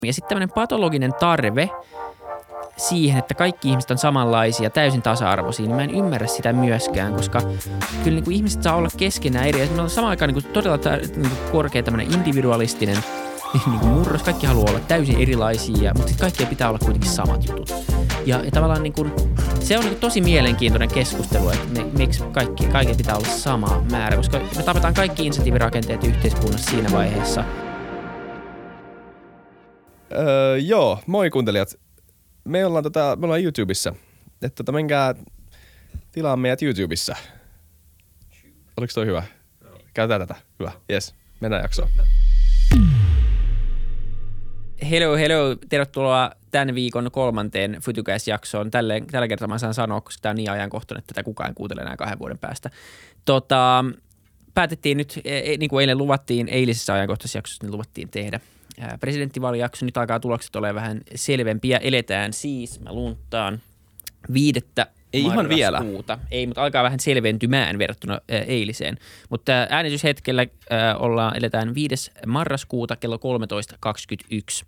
Ja sitten tämmöinen patologinen tarve siihen, että kaikki ihmiset on samanlaisia, täysin tasa-arvoisia, niin mä en ymmärrä sitä myöskään, koska kyllä niin kuin ihmiset saa olla keskenään eri. Meillä on samaan aikaan niin kuin todella niin kuin korkea tämmöinen individualistinen niin kuin murros. Kaikki haluaa olla täysin erilaisia, mutta sitten kaikkien pitää olla kuitenkin samat jutut. Ja tavallaan niin kuin, se on niin kuin tosi mielenkiintoinen keskustelu, että miksi kaiken pitää olla sama määrä, koska me tapetaan kaikki insentiivirakenteet yhteiskunnassa siinä vaiheessa. Joo, moi kuuntelijat. Me ollaan YouTubessa. Että menkää tilaa meidät YouTubessa. Oliko toi hyvä? Käytetään tätä. Hyvä. Yes. Mennään jaksoon. Hello. Tervetuloa tämän viikon 3. Futucast-jaksoon. Tällä kertaa mä saan sanoa, koska tämä on niin ajankohtainen, että tätä kukaan kuuntelee enää 2 vuoden päästä. Päätettiin nyt, niin kuin eilen luvattiin, eilisessä ajankohtaisessa jaksossa niin luvattiin tehdä presidenttivaalijakso. Nyt alkaa tulokset olemaan vähän selvempiä. Eletään siis, mä lunttaan 5. Ei ihan vielä. Ei, mutta alkaa vähän selventymään verrattuna eiliseen. Mutta äänestyshetkellä eletään 5. marraskuuta kello 13.21.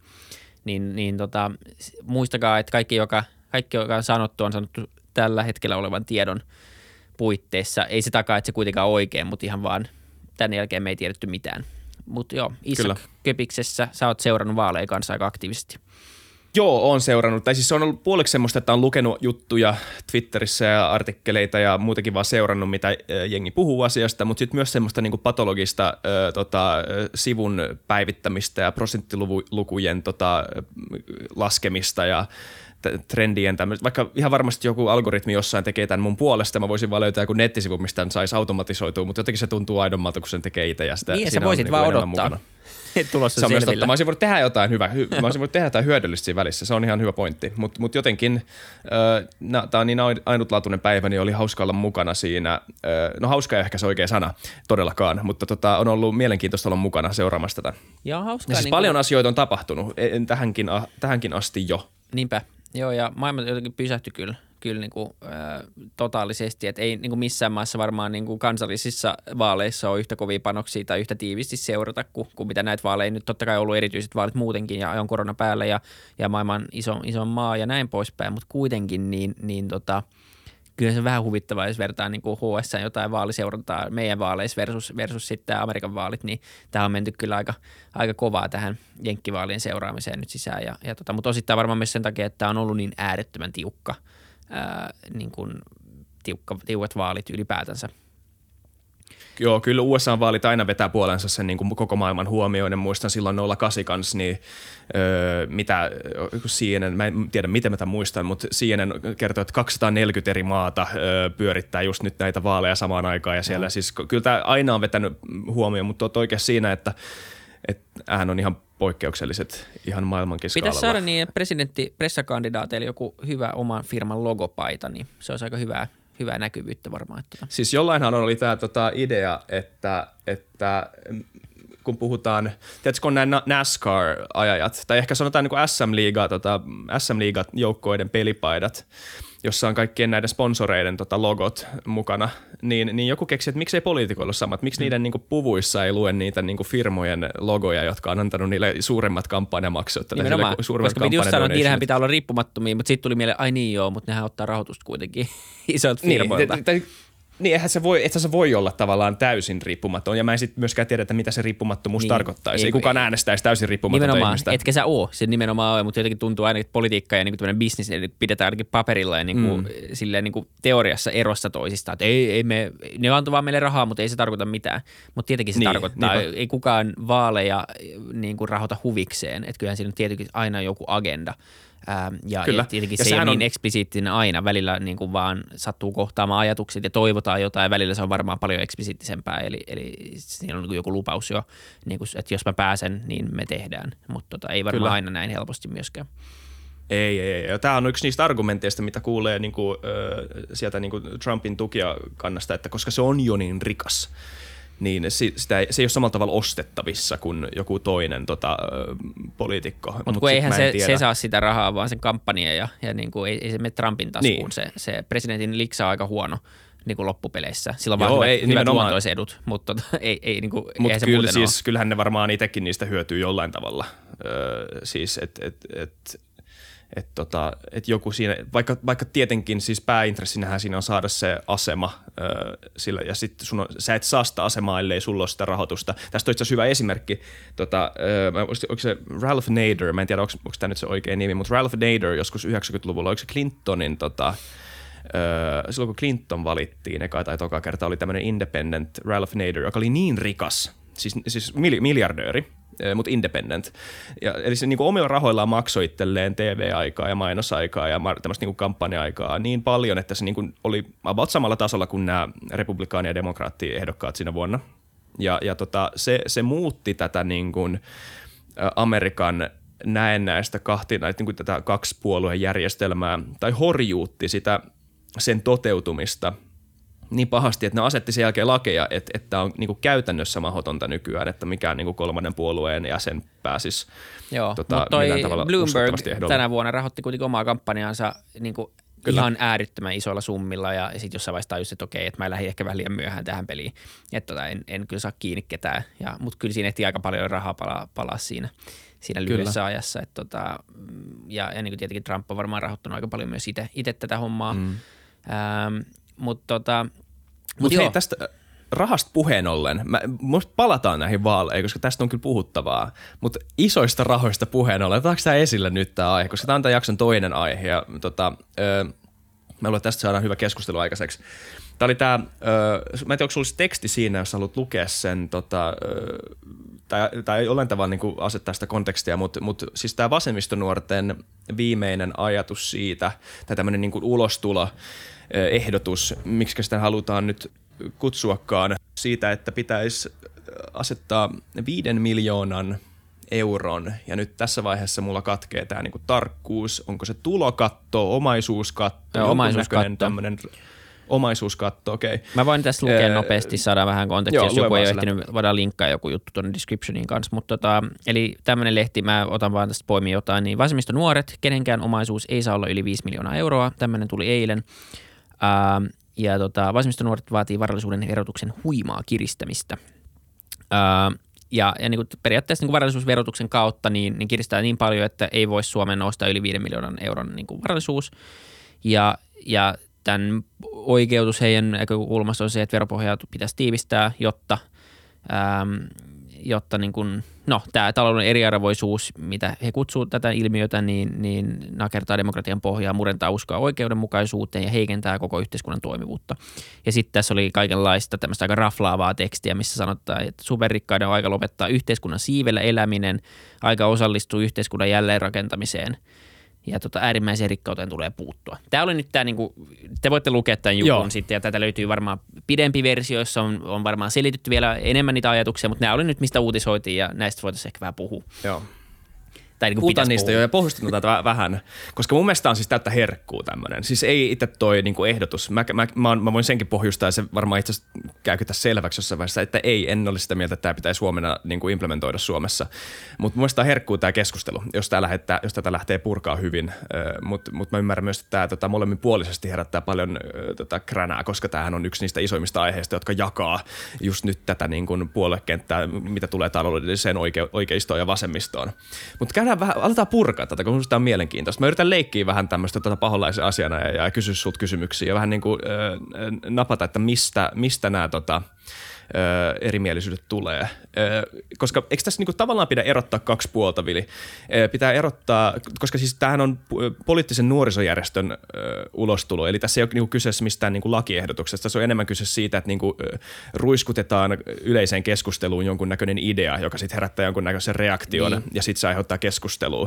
Muistakaa, että kaikki, joka on sanottu tällä hetkellä olevan tiedon puitteissa. Ei se takaa, että se kuitenkaan oikein, mutta ihan vaan tämän jälkeen me ei tiedetty mitään. Mutta joo, Isak Köpiksessä, sä oot seurannut vaaleja kanssa aika aktiivisesti. Joo, oon seurannut. Tai siis se on ollut puoliksi semmoista, että on lukenut juttuja Twitterissä ja artikkeleita ja muutenkin vaan seurannut, mitä jengi puhuu asiasta, mutta sitten myös semmoista niinku patologista sivun päivittämistä ja prosenttilukujen laskemista ja trendien tämmöistä. Vaikka ihan varmasti joku algoritmi jossain tekee tämän mun puolesta, mä voisin vaan löytää joku nettisivu, mistä tämän saisi automatisoitua, mutta jotenkin se tuntuu aidommalta, kun sen tekee itse ja sitä. Niin, sä voisit vaan odottaa. Mukana. Tulossa se on myös totta. Mä olisin voinut tehdä jotain hyvää. Mä olisin voinut tehdä jotain hyödyllistä siinä välissä. Se on ihan hyvä pointti. Mut jotenkin tää on niin ainutlaatuinen päivä, niin oli hauska olla mukana siinä. No hauska ei ehkä se oikea sana todellakaan, mutta on ollut mielenkiintoista olla mukana seuraamassa tätä. Joo, hauskaa. Ja siis paljon asioita on tapahtunut tähänkin asti jo. Niinpä. Joo, ja maailma jotenkin pysähtyi kyllä niin kuin, totaalisesti, että ei niin kuin missään maassa varmaan niin kuin kansallisissa vaaleissa ole yhtä kovia panoksia tai yhtä tiivisti seurata kuin mitä näitä vaaleja. Nyt totta kai on ollut erityiset vaalit muutenkin ja on korona päällä ja maailman iso maa ja näin poispäin, mutta kuitenkin kyllä se on vähän huvittavaa, jos vertaa niin kuin HS jotain vaaliseurantaa meidän vaaleissa versus sitten Amerikan vaalit, niin tämä on menty kyllä aika kovaa tähän jenkkivaalien seuraamiseen nyt sisään. Mutta osittain varmaan myös sen takia, että tämä on ollut niin äärettömän tiukat vaalit ylipäätänsä. Joo, kyllä USA-vaalit aina vetää puolensa sen niin kuin koko maailman huomioon. Muistan silloin 08 kanssa, niin mitä CNN, mä en tiedä miten mä tämän muistan, mutta CNN kertoo, että 240 eri maata pyörittää just nyt näitä vaaleja samaan aikaan. Ja siellä siis kyllä tämä aina on vetänyt huomioon, mutta olet oikein siinä, että hän on ihan poikkeukselliset ihan maailmankin skaalalla. Pitäisi saada niin pressakandidaateille joku hyvä oman firman logopaita, niin se olisi aika hyvää näkyvyyttä varmaan. Siis jollainhan oli tämä idea, että kun puhutaan, tiedätkö, on nämä NASCAR-ajajat, tai ehkä sanotaan niin kuin SM-liiga-joukkoiden pelipaidat, jossa on kaikkien näiden sponsoreiden logot mukana, niin joku keksi, että miksei poliitikoilla ole samat, miksi niiden niin kuin puvuissa ei lue niitä niin kuin firmojen logoja, jotka on antanut niille suuremmat kampanjamaksut. Nimenomaan, koska piti just sanoa, että niidenhän pitää olla riippumattomia, mutta sitten tuli mieleen, ai niin joo, mutta nehän ottaa rahoitusta kuitenkin isolta firmoilta. Niin, eihän se voi olla tavallaan täysin riippumaton, ja mä en sitten myöskään tiedä, että mitä se riippumattomuus tarkoittaisi. Ei kukaan äänestäisi täysin riippumatonta ihmistä. Etkä sä oo, se nimenomaan ole, mutta jotenkin tuntuu aina, että politiikka ja niin tämmöinen business pidetään ainakin paperilla ja silleen, niin kuin teoriassa erossa toisistaan. Että ne antoi vaan meille rahaa, mutta ei se tarkoita mitään. Mutta tietenkin se tarkoittaa, ei kukaan vaaleja niin kuin rahoita huvikseen, että kyllähän siinä on tietenkin aina joku agenda. Ja tietenkin se ei ole niin eksplisiittinen aina. Välillä niin kuin vaan sattuu kohtaamaan ajatukset ja toivotaan jotain. Välillä se on varmaan paljon eksplisiittisempää. Eli siinä on joku lupaus jo, niin kuin, että jos mä pääsen, niin me tehdään. Mutta ei varmaan aina näin helposti myöskään. Ei. Tämä on yksi niistä argumenteista, mitä kuulee niin kuin, sieltä niin kuin Trumpin tukijakannasta, että koska se on jo niin rikas, niin se ei ole samalla tavalla ostettavissa kuin joku toinen poliitikko. Mutta kun eihän se saa sitä rahaa, vaan sen kampanja ja niin kuin ei se mene Trumpin taskuun. Niin. Se presidentin liksa on aika huono niin kuin loppupeleissä. Sillä on vaan hyvät luontoisedut, mutta ei niin kuin, mutta kyllähän ne varmaan itsekin niistä hyötyy jollain tavalla. siis että joku siinä, vaikka tietenkin siis pääintressinähän siinä on saada se asema sillä, ja sitten sä et saa sitä asemaa, ellei sulla ole sitä rahoitusta. Tästä on itse asiassa hyvä esimerkki, onko se Ralph Nader, mä en tiedä onko tämä nyt se oikea nimi, mutta Ralph Nader joskus 90-luvulla, oliko se Clintonin silloin kun Clinton valittiin eka tai toka kerta, oli tämmöinen independent Ralph Nader, joka oli niin rikas, siis miljardööri, mutta independent. Eli se niinku omilla rahoillaan maksoi itselleen TV-aikaa ja mainosaikaa ja tämmöistä niinku kampanja-aikaa niin paljon, että se niinku oli about samalla tasolla kuin nämä republikaani- ja demokraattiehdokkaat siinä vuonna. Se muutti tätä niinku Amerikan näennäistä niinku tätä kaksipuolueen järjestelmää tai horjuutti sen toteutumista niin pahasti, että ne asetti sen jälkeen lakeja, että on niinku käytännössä mahdotonta nykyään, että mikään niinku kolmannen puolueen jäsen pääsisi mutta toi Bloomberg tänä vuonna rahoitti kuitenkin omaa kampanjaansa niinku ihan äärettömän isoilla summilla ja sitten jossain vaiheessa tajus, että okei, että mä lähdin ehkä vähän liian myöhään tähän peliin, että en kyllä saa kiinni ketään, mutta kyllä siinä ehti aika paljon rahaa palaa siinä lyhyessä ajassa, ja niin kuin tietenkin Trump on varmaan rahoittanut aika paljon myös itse tätä hommaa, Mutta hei, tästä rahasta puheen ollen, musta palataan näihin vaaleihin, koska tästä on kyllä puhuttavaa, mutta isoista rahoista puheen ollen, otetaanko tämä esille nyt tämä aihe, koska tämä on tämän jakson toinen aihe ja mä luulen, että tästä saadaan hyvä keskustelu aikaiseksi. Tämä oli tämä, mä en tiedä, onko sulla olisi teksti siinä, jos haluat lukea sen, tai ei ollen tavalla niin kuin asettaa sitä kontekstia, mutta siis tämä vasemmistonuorten viimeinen ajatus siitä, tai tämmöinen niin kuin ulostuloehdotus, miksi sitä halutaan nyt kutsuakaan, siitä, että pitäisi asettaa 5 miljoonan euron, ja nyt tässä vaiheessa mulla katkee tämä niin kuin tarkkuus, onko se tulokatto, omaisuuskatto, tämmöinen omaisuuskatto, okei. Mä voin tässä lukea nopeasti, saadaan vähän kontekstia, jos joku ei ole ehtinyt, voidaan linkkaa joku juttu tuonne descriptioniin kanssa, mutta eli tämmöinen lehti, mä otan vaan tästä poimia jotain, niin vasemmistonuoret, kenenkään omaisuus ei saa olla yli 5 miljoonaa euroa, tämmöinen tuli eilen, ja vasemmistonuoret vaatii varallisuuden erotuksen huimaa kiristämistä. Ja niin kuin periaatteessa niin kuin varallisuusverotuksen kautta niin kiristää niin paljon, että ei voi Suomeen nostaa yli 5 miljoonan euron niin kuin varallisuus. Ja tämän oikeutus heidän näkökulmasta on se, että veropohjaa pitäisi tiivistää, jotta niin kuin, tämä talouden eriarvoisuus, mitä he kutsuvat tätä ilmiötä, niin nakertaa demokratian pohjaa, murentaa uskoa oikeudenmukaisuuteen ja heikentää koko yhteiskunnan toimivuutta. Ja sitten tässä oli kaikenlaista tämmöistä aika raflaavaa tekstiä, missä sanotaan, että superrikkaiden on aika lopettaa yhteiskunnan siivellä eläminen, aika osallistua yhteiskunnan jälleenrakentamiseen. Ja äärimmäiseen rikkauteen tulee puuttua. Tämä oli nyt tämä, te voitte lukea tämän jutun sitten, ja tätä löytyy varmaan pidempi versio, jossa on varmaan selitetty vielä enemmän niitä ajatuksia, mutta nämä oli nyt, mistä uutisoitiin, ja näistä voitaisiin ehkä vähän puhua. Joo. Tai puhutaan niistä jo ja pohjustetaan tätä vähän, koska mun mielestä on siis täyttä herkkuu tämmöinen. Siis ei itse toi ehdotus. Mä voin senkin pohjustaa ja se varmaan itse asiassa käykö tässä selväksi jossain vaiheessa, että en ole sitä mieltä, että tämä pitäisi huomenna implementoida Suomessa. Mutta mun mielestä on herkkuu tämä keskustelu, jos tätä lähtee purkaa hyvin. Mutta mä ymmärrän myös, että tämä molemminpuolisesti herättää paljon kränää, koska tämähän on yksi niistä isoimmista aiheista, jotka jakaa just nyt tätä puoluekenttää, mitä tulee taloudelliseen oikeistoon ja vasemmistoon. Mutta aletaan purkaa tätä, kun minusta on mielenkiintoista. Mä yritän leikkiä vähän tämmöistä paholaisen asiana ja kysyä sulta kysymyksiä ja vähän napata, että mistä nämä erimielisyydet tulee. Koska eikö tässä tavallaan pidä erottaa kaksi puolta, Vili? Pitää erottaa, koska siis tämähän on poliittisen nuorisojärjestön ulostulo, eli tässä ei ole kyseessä mistään lakiehdotuksesta. Se on enemmän kyse siitä, että ruiskutetaan yleiseen keskusteluun jonkunnäköinen idea, joka sitten herättää jonkunnäköisen reaktion ja sitten se aiheuttaa keskustelua.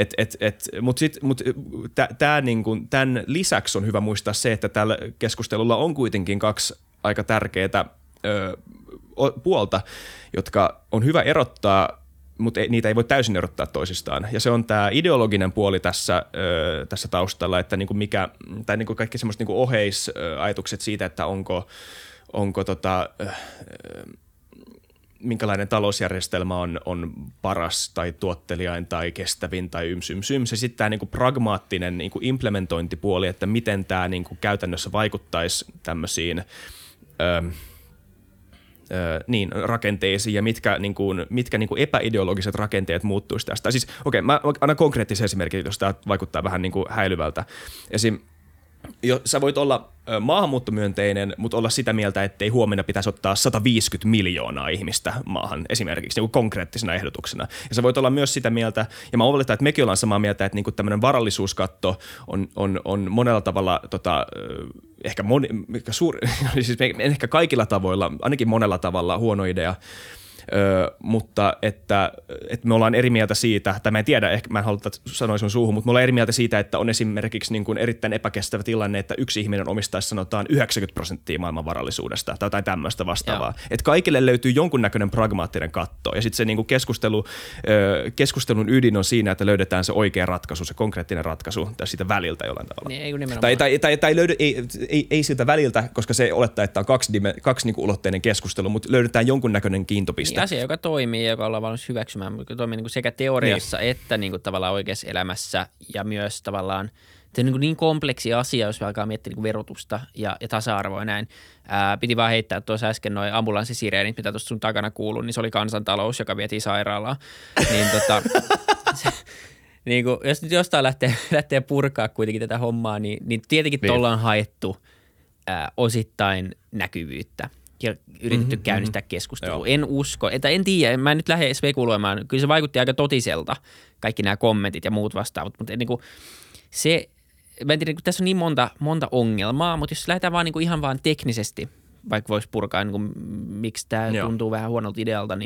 Tämän lisäksi on hyvä muistaa se, että tällä keskustelulla on kuitenkin kaksi aika tärkeää puolta, jotka on hyvä erottaa, mutta niitä ei voi täysin erottaa toisistaan. Ja se on tämä ideologinen puoli tässä taustalla, että kaikki semmoiset oheisajatukset siitä, että onko minkälainen talousjärjestelmä on paras tai tuottelijain tai kestävin tai yms. Se sitten tämä pragmaattinen implementointipuoli, että miten tämä käytännössä vaikuttaisi tämmöisiin rakenteisiin ja mitkä epäideologiset rakenteet muuttuisi tästä. Siis mä annan konkreettisen esimerkin, jos tämä vaikuttaa vähän niin kuin häilyvältä. Esim. Sä voit olla maahanmuuttomyönteinen, mutta olla sitä mieltä, että ei huomenna pitäisi ottaa 150 miljoonaa ihmistä maahan esimerkiksi niin konkreettisena ehdotuksena. Ja sä voit olla myös sitä mieltä, ja mä oletan, että mekin ollaan samaa mieltä, että niin tämmöinen varallisuuskatto on monella tavalla ehkä kaikilla tavoilla, ainakin monella tavalla huono idea. Mutta että me ollaan eri mieltä siitä, tai mä en tiedä, ehkä mä en halua sanoa sun suuhun, mutta me ollaan eri mieltä siitä, että on esimerkiksi niin kuin erittäin epäkestävä tilanne, että yksi ihminen omistaisi sanotaan 90% maailman varallisuudesta tai jotain tämmöistä vastaavaa. Että kaikille löytyy jonkunnäköinen pragmaattinen katto ja sitten se niin kuin keskustelun ydin on siinä, että löydetään se oikea ratkaisu, se konkreettinen ratkaisu tai siitä väliltä jollain tavalla. Niin, ei siltä väliltä, koska se olettaa, että on kaksi niin kuin ulotteinen keskustelu, mutta löydetään jonkunnäköinen kiintopiste. Asia, joka toimii, joka ollaan valmis hyväksymään, joka toimii niin kuin sekä teoriassa että niin kuin tavallaan oikeassa elämässä ja myös tavallaan se on niin kompleksi asia, jos alkaa miettiä niin kuin verotusta ja tasa-arvoa ja näin. Piti vaan heittää tuossa äsken noin ambulanssisireenit, mitä tuossa sun takana kuuluu, niin se oli kansantalous, joka vietiin sairaalaan. Niin niin kuin, jos nyt jostain lähtee purkaa kuitenkin tätä hommaa, niin tietenkin tuolla on haettu osittain näkyvyyttä. Ja yritetty käynnistää keskustelua. En usko, en tiedä, mä en nyt lähde spekuloimaan. Kyllä se vaikutti aika totiselta, kaikki nämä kommentit ja muut vastaavat, mutta niin kuin se, mä en tiedä, niin tässä on niin monta ongelmaa, mutta jos lähdetään vaan niin kuin ihan vaan teknisesti, vaikka voisi purkaa, niin kuin, miksi tämä tuntuu vähän huonolta idealta,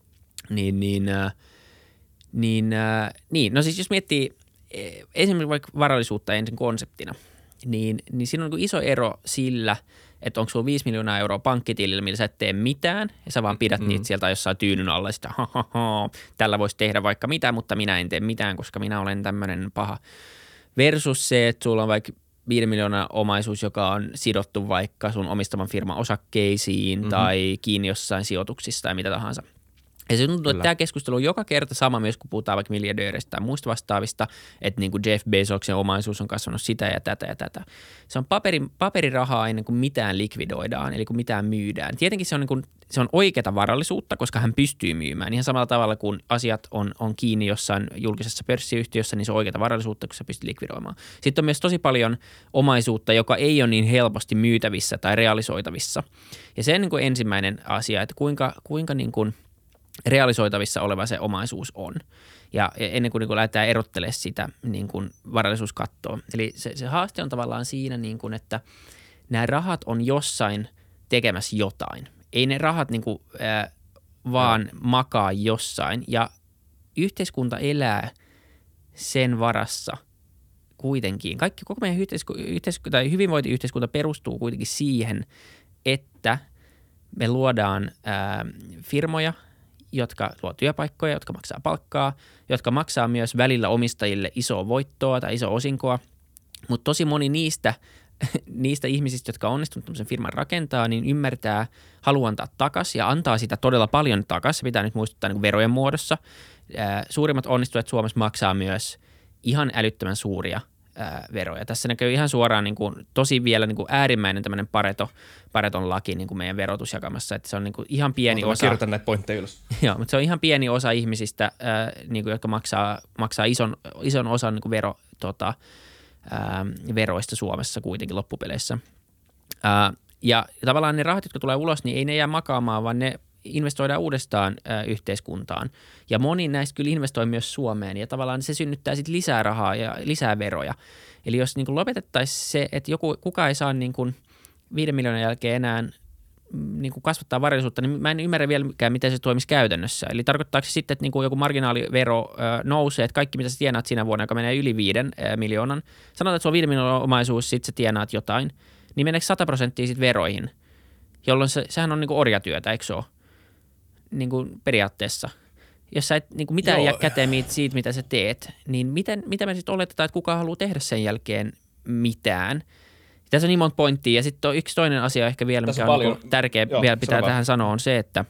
no siis jos miettii esimerkiksi vaikka varallisuutta ensin konseptina, niin siinä on niin kuin iso ero sillä, että onko sulla 5 miljoonaa euroa pankkitilillä, millä sä et tee mitään, ja sä vaan pidät niitä sieltä jossain tyynyn alla, ja sitä tällä voisi tehdä vaikka mitä, mutta minä en tee mitään, koska minä olen tämmöinen paha. Versus se, että sulla on vaikka 5 miljoonaa omaisuus, joka on sidottu vaikka sun omistavan firman osakkeisiin tai kiinni jossain sijoituksissa tai mitä tahansa. Ja se tuntuu, että tämä keskustelu on joka kerta sama myös, kun puhutaan vaikka miljardööreistä tai muista vastaavista, että niin kuin Jeff Bezoksen omaisuus on kasvanut sitä ja tätä ja tätä. Se on paperirahaa ennen kuin mitään likvidoidaan, eli kun mitään myydään. Tietenkin se on oikeata varallisuutta, koska hän pystyy myymään. Ihan samalla tavalla kuin asiat on kiinni jossain julkisessa pörssiyhtiössä, niin se on oikeata varallisuutta, kun sä pystyt likvidoimaan. Sitten on myös tosi paljon omaisuutta, joka ei ole niin helposti myytävissä tai realisoitavissa. Ja se on niin kuin ensimmäinen asia, että kuinka niin kuin realisoitavissa oleva se omaisuus on. Ja ennen kuin, lähdetään erottelemaan sitä niin kuin varallisuuskattoa. Eli se haaste on tavallaan siinä, niin kuin, että nämä rahat on jossain tekemässä jotain. Ei ne rahat niin kuin, vaan makaa jossain. Ja yhteiskunta elää sen varassa kuitenkin. Koko meidän hyvinvointiyhteiskunta perustuu kuitenkin siihen, että me luodaan firmoja, jotka luo työpaikkoja, jotka maksaa palkkaa, jotka maksaa myös välillä omistajille isoa voittoa tai isoa osinkoa. Mutta tosi moni niistä ihmisistä, jotka on onnistunut tämmöisen firman rakentaa, niin ymmärtää, haluaa antaa takaisin ja antaa sitä todella paljon takaisin. Pitää nyt muistuttaa niin kuin verojen muodossa. Suurimmat onnistujat Suomessa maksaa myös ihan älyttömän suuria veroja. Tässä näkyy ihan suoraan niin kuin, tosi vielä niin kuin äärimmäinen tämmöinen Pareton laki niin kuin meidän verotusjakamassa, että se on niin kuin ihan pieni osa. Mä kirjoitan näitä pointteja ylös. Joo, mutta se on ihan pieni osa ihmisistä, niin kuin, jotka maksaa ison osan niin kuin veroista Suomessa kuitenkin loppupeleissä. Ja tavallaan ne rahat, jotka tulee ulos, niin ei ne jää makaamaan, vaan ne investoidaan uudestaan yhteiskuntaan. Ja moni näistä kyllä investoi myös Suomeen ja tavallaan se synnyttää sitten lisää rahaa ja lisää veroja. Eli jos niin kuin lopetettaisiin se, että kukaan ei saa niin kuin 5 miljoonan jälkeen enää niin kuin kasvattaa varallisuutta, niin mä en ymmärrä vieläkään, miten se toimisi käytännössä. Eli tarkoittaako se sitten, että niin kuin joku marginaalivero nousee, että kaikki, mitä sä tienaat siinä vuonna, joka menee yli 5 miljoonan, sanotaan, että sulla on 5 miljoonan omaisuus, sitten sä tienaat jotain, niin meneekö 100% sitten veroihin, jolloin sehän on niin kuin orjatyötä, eikö se ole? Niin kuin periaatteessa. Jos sä et niin kuin mitään jää käteen siitä, mitä sä teet, niin mitä me sitten oletetaan, että kukaan haluaa tehdä sen jälkeen mitään? Tässä on niin monta pointtia. Ja sitten yksi toinen asia ehkä vielä, mikä on niin tärkeä vielä pitää tähän sanoa, on se, että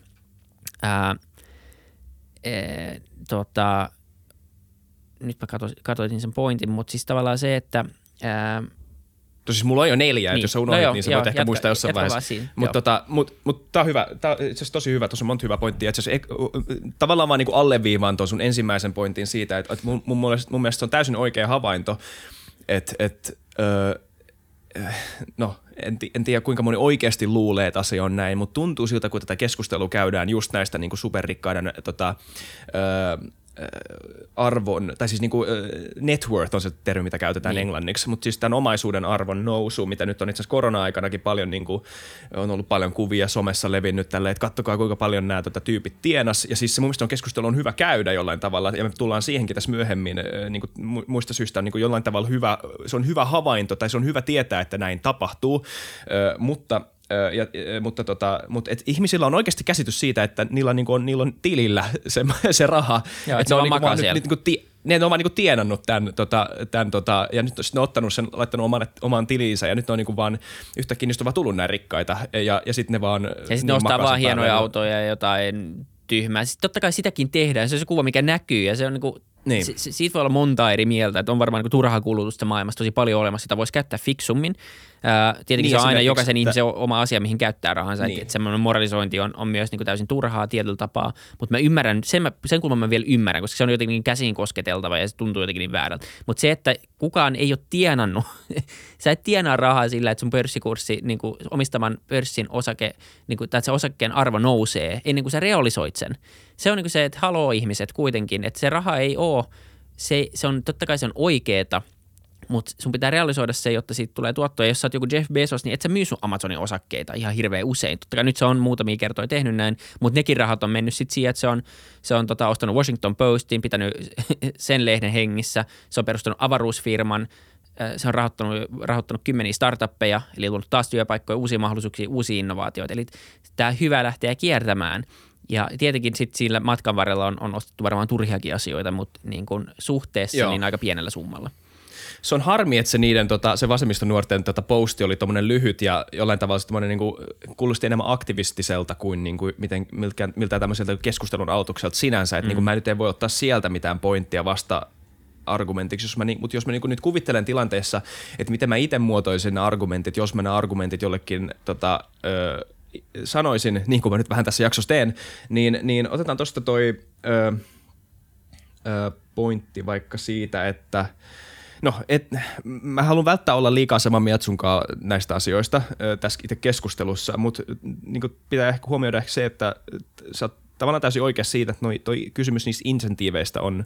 nyt mä katsoin sen pointin, mutta siis tavallaan se, että Siis mulla on jo 4, että jos sä unohdit, niin sä voit ehkä muistaa jossain vaiheessa. Mutta tää on hyvä, tää on itse asiassa tosi hyvä, tuossa on monta hyvää pointtia. Tavallaan vaan niin alleviivaan tuon sun ensimmäisen pointin siitä, että mun mielestä se on täysin oikea havainto, että en tiedä kuinka moni oikeasti luulee, että asia on näin, mutta tuntuu siltä, kun tätä keskustelua käydään just näistä niin kuin superrikkaiden arvon, tai siis niin kuin net worth on se termi, mitä käytetään englanniksi, mutta siis tämän omaisuuden arvon nousu, mitä nyt on itse asiassa korona-aikanakin paljon, niin kuin, on ollut paljon kuvia somessa levinnyt tälleen, että katsokaa kuinka paljon nämä tyypit tienas, ja siis se mun mielestä keskustelu on hyvä käydä jollain tavalla, ja me tullaan siihenkin tässä myöhemmin, niin kuin muista syistä on niin kuin jollain tavalla hyvä, se on hyvä havainto, tai se on hyvä tietää, että näin tapahtuu, mutta ihmisillä on oikeasti käsitys siitä, että niillä on tilillä se raha. Joo, että ne on makaa siellä. Ne on vaan niinku tienannut tämän ja nyt ne on ottanut sen, laittanut omaan tiliinsä ja nyt ne on niinku vaan yhtäkkiä niistä on vaan tullut näin rikkaita ja sitten ne vaan... Ja sitten ne ostaa vaan hienoja autoja ja jotain tyhmää. Sitten totta kai sitäkin tehdään. Se on se kuva, mikä näkyy ja se on niinku... Niin. Siitä voi olla monta eri mieltä, että on varmaan niin turhaa kulutusta maailmassa tosi paljon olemassa, sitä voisi käyttää fiksummin. Tietenkin niin, se on aina jokaisen ihmisen oma asia, mihin käyttää rahansa, niin. Että semmoinen moralisointi on myös niin täysin turhaa tietyllä tapaa, mutta mä ymmärrän, sen kulman mä vielä ymmärrän, koska se on jotenkin käsiin kosketeltava ja se tuntuu jotenkin niin väärältä. Mutta se, että kukaan ei ole tienannut, sä et tienaa rahaa sillä, että sun pörssikurssi, niin kuin omistaman pörssin osake, niin kuin, tai se osakkeen arvo nousee ennen kuin sä realisoit sen. Se on niin kuin se, että haloo ihmiset kuitenkin, että se raha ei ole, se on totta kai se on oikeeta, mutta sun pitää realisoida se, jotta siitä tulee tuottoa. Ja jos sä oot joku Jeff Bezos, niin et sä myy sun Amazonin osakkeita ihan hirveän usein. Totta kai nyt se on muutamia kertoja tehnyt näin, mutta nekin rahat on mennyt sitten siihen, että se on ostanut Washington Postin, pitänyt sen lehden hengissä, se on perustanut avaruusfirman, se on rahoittanut kymmeniä startuppeja, eli luonut taas työpaikkoja, uusia mahdollisuuksia, uusia innovaatioita. Eli tämä hyvä lähteä kiertämään. Ja tietenkin sitten sillä matkan varrella on ostettu varmaan turhiakin asioita, mutta niin kun suhteessa niin aika pienellä summalla. Se on harmi, että se niiden se vasemmistonuorten posti oli tommonen lyhyt ja jollain tavalla tommonen niinku kuulosti enemmän aktivistiselta kuin niinku miltä tämmöiseltä keskustelun aloitukselta sinänsä, että niinku mä nyt en voi ottaa sieltä mitään pointtia vasta argumentiksi, mutta jos mä niinku nyt kuvittelen tilanteessa, että miten mä itse muotoisin nämä argumentit, jos mä nämä argumentit jollekin sanoisin, niin kuin mä nyt vähän tässä jaksossa teen, niin otetaan tuosta toi pointti vaikka siitä, että mä haluan välttää olla liikaa samaa mieltä sunkaan näistä asioista tässä itse keskustelussa, mutta niin pitää ehkä huomioida se, että sä oot tavallaan täysin oikeassa siitä, että toi kysymys niistä insentiiveistä on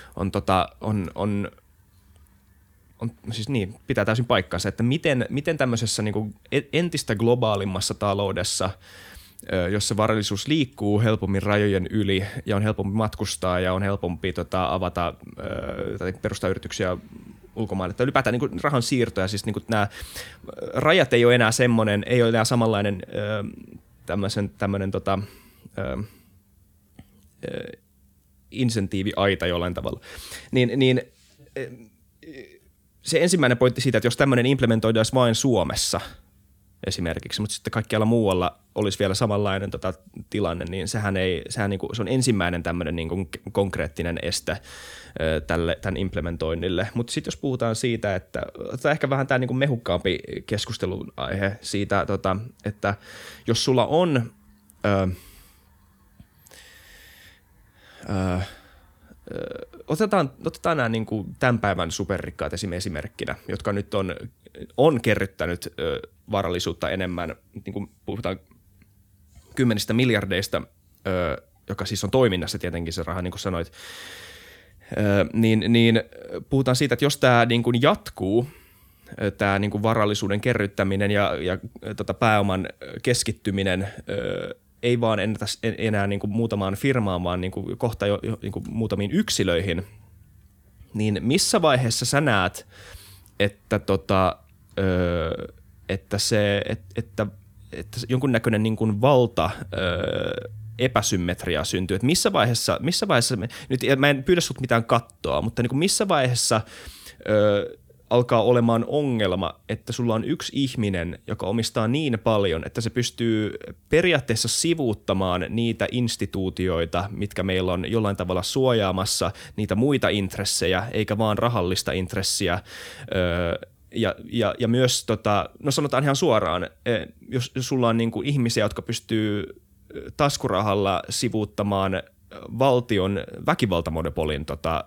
siis niin, pitää täysin paikkansa, että miten tämmöisessä niin kuin entistä globaalimmassa taloudessa, jossa varallisuus liikkuu helpommin rajojen yli ja on helpompi matkustaa ja on helpompi avata tai perustaa yrityksiä ulkomaille, tai ylipäätään niin kuin rahan siirtoja, siis niin kuin nämä rajat ei ole enää semmoinen, ei ole enää samanlainen tämmöinen insentiiviaita jollain tavalla, niin se ensimmäinen pointti siitä, että jos tämmöinen implementoidaan vain Suomessa esimerkiksi, mutta sitten kaikkialla muualla olisi vielä samanlainen tilanne, niin sehän niin kuin, se on ensimmäinen tämmöinen niin kuin konkreettinen este tämän implementoinnille. Mutta sitten jos puhutaan siitä, että otetaan ehkä vähän tämä niin kuin mehukkaampi keskustelun aihe siitä, että jos sulla on otetaan nämä niin kuin tämän päivän superrikkaat esimerkkinä, jotka nyt on kerryttänyt varallisuutta enemmän, niin kuin puhutaan 10 miljardeista, joka siis on toiminnassa tietenkin se raha, niin kuin sanoit, niin puhutaan siitä, että jos tämä niin kuin jatkuu, tämä niin kuin varallisuuden kerryttäminen ja pääoman keskittyminen ei vaan enää niin kuin muutamaan firmaan, vaan niin kuin kohta jo niin kuin muutamiin yksilöihin, niin missä vaiheessa sä näet, että että jonkunnäköinen niin kuin valta epäsymmetria syntyy, että missä vaiheessa nyt mä en pyydä sut mitään kattoa, mutta niin kuin missä vaiheessa alkaa olemaan ongelma, että sulla on yksi ihminen, joka omistaa niin paljon, että se pystyy periaatteessa sivuuttamaan niitä instituutioita, mitkä meillä on jollain tavalla suojaamassa niitä muita intressejä, eikä vaan rahallista intressiä, ja myös, no sanotaan ihan suoraan, jos sulla on niin kuin ihmisiä, jotka pystyy taskurahalla sivuuttamaan valtion väkivaltamonopolin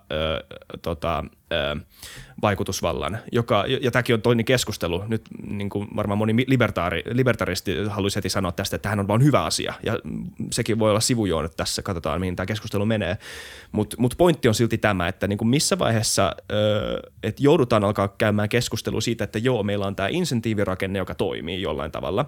vaikutusvallan, ja tämäkin on toinen keskustelu. Nyt niin kuin varmaan moni libertaristi haluaisi heti sanoa tästä, että tämähän on vain hyvä asia, ja sekin voi olla sivujoon, että tässä katsotaan, mihin tämä keskustelu menee. Mut pointti on silti tämä, että niin kuin missä vaiheessa että joudutaan alkaa käymään keskustelua siitä, että joo, meillä on tämä insentiivirakenne, joka toimii jollain tavalla,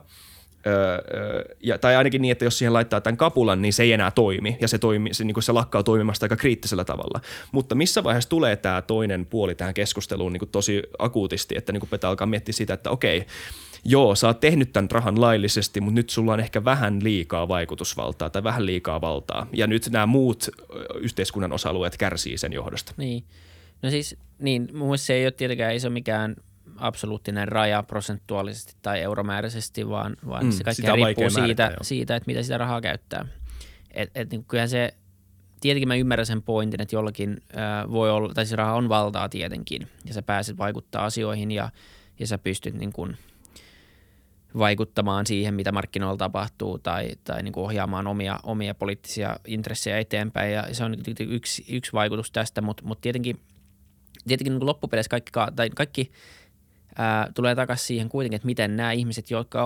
tai ainakin niin, että jos siihen laittaa tämän kapulan, niin se ei enää toimi, ja se lakkaa toimimasta aika kriittisellä tavalla. Mutta missä vaiheessa tulee tämä toinen puoli tähän keskusteluun niin kuin tosi akuutisti, että niin kuin pitää alkaa miettiä sitä, että okei, joo, sä oot tehnyt tämän rahan laillisesti, mutta nyt sulla on ehkä vähän liikaa vaikutusvaltaa tai vähän liikaa valtaa, ja nyt nämä muut yhteiskunnan osa-alueet kärsii sen johdosta. Niin, no siis, niin, mun mielestä se ei ole tietenkään iso mikään absoluuttinen raja prosentuaalisesti tai euromääräisesti, vaan se kaikki riippuu siitä, että mitä sitä rahaa käyttää. Niin kyllähän se, tietenkin mä ymmärrän sen pointin, että jollakin voi olla, tai se raha on valtaa tietenkin, ja sä pääset vaikuttaa asioihin, ja sä pystyt niin kuin vaikuttamaan siihen, mitä markkinoilla tapahtuu, tai niin kuin ohjaamaan omia poliittisia intressejä eteenpäin, ja se on yksi vaikutus tästä, mutta tietenkin niin kuin loppupeleissä kaikki tulee takaisin siihen kuitenkin, että miten nämä ihmiset, jotka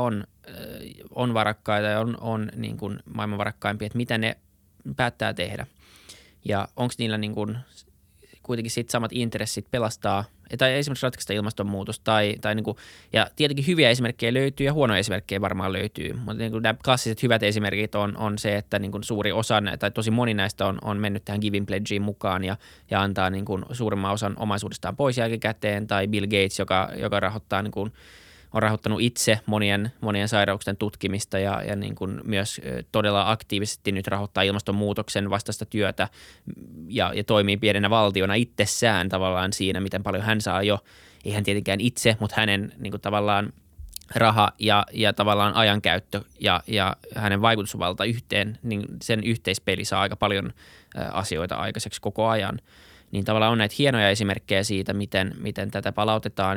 on varakkaita ja on niin kuin maailman varakkaimpia, että mitä ne päättää tehdä. Ja onko niillä niin kuin kuitenkin sit samat intressit pelastaa, tai esimerkiksi ratkaista ilmastonmuutosta, tai niin kuin, ja tietenkin hyviä esimerkkejä löytyy ja huonoja esimerkkejä varmaan löytyy, mutta niin kuin nämä klassiset hyvät esimerkit on se, että niin kuin suuri osa, tai tosi moni näistä on mennyt tähän Giving Pledgeen mukaan ja antaa niin kuin suurimman osan omaisuudestaan pois jälkikäteen, tai Bill Gates, joka rahoittaa niin kuin, on rahoittanut itse monien sairauksien tutkimista ja niin kuin myös todella aktiivisesti nyt rahoittaa ilmastonmuutoksen vastaista työtä ja toimii pienenä valtiona itsessään tavallaan siinä, miten paljon hän saa jo, ei hän tietenkään itse, mutta hänen niin kuin tavallaan raha ja tavallaan ajankäyttö ja hänen vaikutusvalta yhteen, niin sen yhteispeli saa aika paljon asioita aikaiseksi koko ajan. Niin tavallaan on näitä hienoja esimerkkejä siitä, miten tätä palautetaan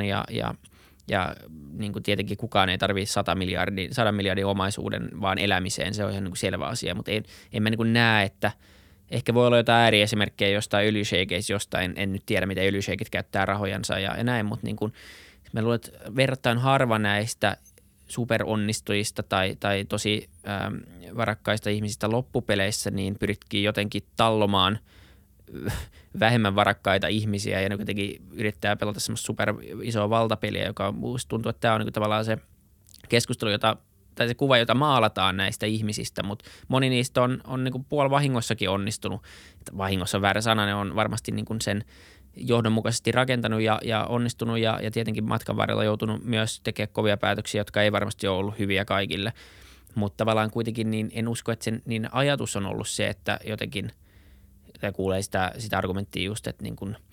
ja niin kuin tietenkin kukaan ei tarvitse 100 miljardin omaisuuden vaan elämiseen, se on ihan niin kuin selvä asia, mutta en mä niin kuin näe, että ehkä voi olla jotain ääriesimerkkejä jostain öljysheikeistä, jostain, en nyt tiedä, miten öljysheikit käyttää rahojansa ja näin, mutta niin kuin, mä luulen, että verrattain harva näistä superonnistujista tai tosi varakkaista ihmisistä loppupeleissä, niin pyritkin jotenkin tallomaan vähemmän varakkaita ihmisiä ja jotenkin yrittää pelata semmoista super isoa valtapeliä, joka musta tuntuu, että tämä on niin tavallaan se keskustelu, tai se kuva, jota maalataan näistä ihmisistä, mutta moni niistä on niin puolivahingossakin onnistunut. Vahingossa on väärä sana, ne on varmasti niin sen johdonmukaisesti rakentanut ja onnistunut ja tietenkin matkan varrella joutunut myös tekemään kovia päätöksiä, jotka ei varmasti ole ollut hyviä kaikille. Mutta tavallaan kuitenkin niin en usko, että niin ajatus on ollut se, että jotenkin kuulee sitä argumenttia just, että niin kuin,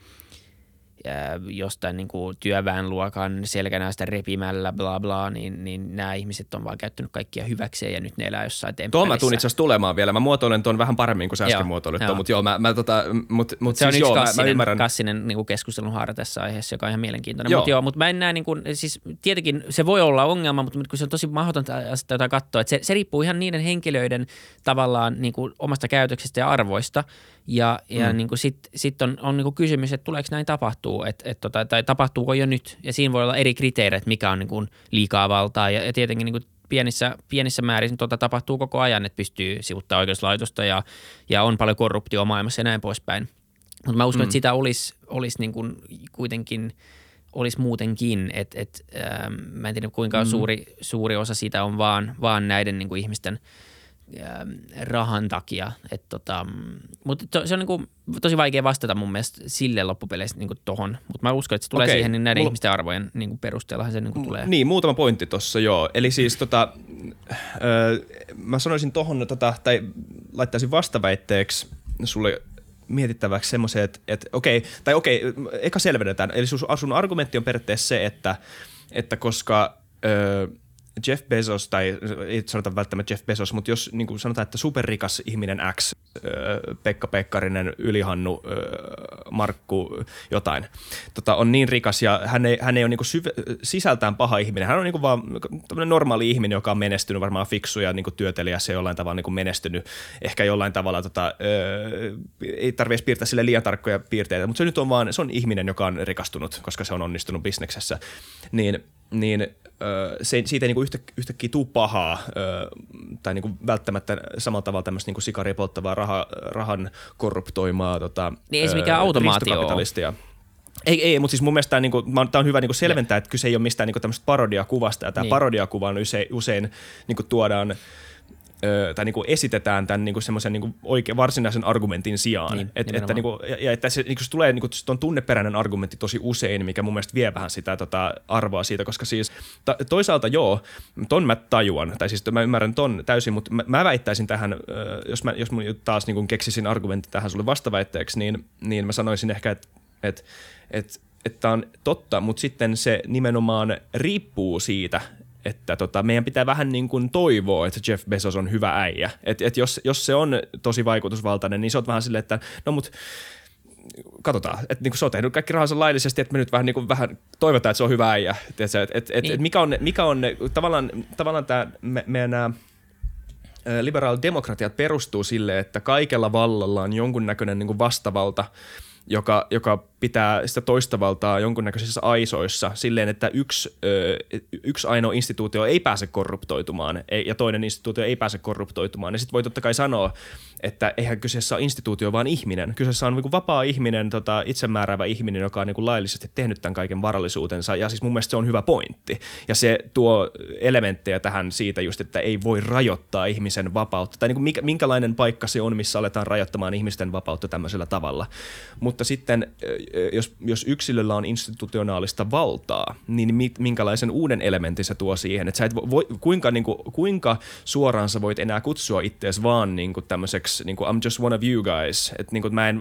jostain niin kuin työväenluokan selkänäästä repimällä bla bla, niin nämä ihmiset on vaan käyttänyt kaikkia hyväkseen ja nyt ne elää jossain temppelissä. Tuo mä tuun itse asiassa tulemaan vielä. Mä muotoilen tuon vähän paremmin kuin sä äsken muotoilit tuon, mutta joo, se on yksi klassinen niin kuin keskustelun haara tässä aiheessa, joka on ihan mielenkiintoinen. Mutta mä en näe, niin kuin, siis tietenkin se voi olla ongelma, mutta kun se on tosi mahdotonta asettaa katsoa, että se riippuu ihan niiden henkilöiden tavallaan niin kuin omasta käytöksestä ja arvoista. Ja niin kuin sit on niin kuin kysymys, että tuleeko näin tapahtuu, tai tapahtuuko jo nyt. Ja siinä voi olla eri kriteereitä, mikä on niin kuin liikaa valtaa. Ja tietenkin niin kuin pienissä määrin tapahtuu koko ajan, että pystyy sivuttaa oikeuslaitosta ja on paljon korruptioa maailmassa ja näin poispäin. Mutta mä uskon, että sitä olisi niin kuin kuitenkin olisi muutenkin, että mä en tiedä kuinka suuri osa siitä on vaan näiden niin kuin ihmisten rahan takia. Mutta se on niinku tosi vaikea vastata mun mielestä sille loppupeleissä niinku tohon, mutta mä uskon, että se tulee siihen niin näiden ihmisten arvojen niinku perusteellahan se niinku tulee. Niin, muutama pointti tossa joo. Eli siis mä sanoisin tohon, tai laittaisin vastaväitteeksi sulle mietittäväksi semmoisen, että okei, eka selvennetään. Eli sun argumentti on periaatteessa se, että koska Jeff Bezos, tai ei sanota välttämättä Jeff Bezos, mutta jos niin kuin sanotaan, että superrikas ihminen X, Pekka Pekkarinen, Ylihannu, Markku, jotain, on niin rikas ja hän ei ole niin kuin sisältään paha ihminen. Hän on niin kuin vaan normaali ihminen, joka on menestynyt, varmaan fiksu ja niin kuin työtelijäs ja jollain tavalla niin kuin menestynyt. Ehkä jollain tavalla, ei tarvitse piirtää sille liian tarkkoja piirteitä, mutta se nyt on vaan, se on ihminen, joka on rikastunut, koska se on onnistunut bisneksessä. Siitä ei niinku yhtäkkiä tuu pahaa tai niinku välttämättä samalla tavalla tämmöistä niinku sikaria polttavaa rahan korruptoimaa niin ei se mikään automaatio ole. Ei, mutta siis mun mielestä tämä on hyvä niinku selventää, että kyse ei ole mistään niinku tämmöistä parodiakuvasta, ja tämä parodiakuva on usein niinku tuodaan tai niinku esitetään tämän niinku semmoisen niinku varsinaisen argumentin sijaan. Niin, että se niinku se tulee niinku on tunneperäinen argumentti tosi usein, mikä mun mielestä vie vähän sitä arvoa siitä, koska siis toisaalta ton mä tajuan, tai siis mä ymmärrän ton täysin, mutta mä väittäisin tähän, jos mä taas niinku keksisin argumentti tähän sulle vastaväitteeksi, niin mä sanoisin ehkä, että tää on totta, mutta sitten se nimenomaan riippuu siitä, että meidän pitää vähän niin kuin toivoa, että Jeff Bezos on hyvä äijä. Et jos se on tosi vaikutusvaltainen, niin se on vähän silleen, että no mut katsotaan, että niin kuin se on tehnyt kaikki rahansa laillisesti, että me nyt vähän toivotaan, että se on hyvä äijä. Niin. Mikä on tavallaan tämä meidän nämä liberaalit-demokratiat perustuu sille, että kaikella vallalla on jonkunnäköinen niin kuin vastavalta, joka pitää sitä toista valtaa jonkunnäköisissä aisoissa silleen, että yksi ainoa instituutio ei pääse korruptoitumaan ja toinen instituutio ei pääse korruptoitumaan. Ja sitten voi totta kai sanoa, että eihän kyseessä ole instituutio, vaan ihminen. Kyseessä on niin vapaa ihminen, itsemääräävä ihminen, joka on niin laillisesti tehnyt tämän kaiken varallisuutensa. Ja siis mun mielestä se on hyvä pointti. Ja se tuo elementtejä tähän siitä just, että ei voi rajoittaa ihmisen vapautta. Tai niin minkälainen paikka se on, missä aletaan rajoittamaan ihmisten vapautta tämmöisellä tavalla. Mutta sitten jos yksilöllä on institutionaalista valtaa, niin minkälaisen uuden elementin se tuo siihen, että sä et kuinka suoraan sä voit enää kutsua itseäsi vaan tämmöiseksi I'm just one of you guys, että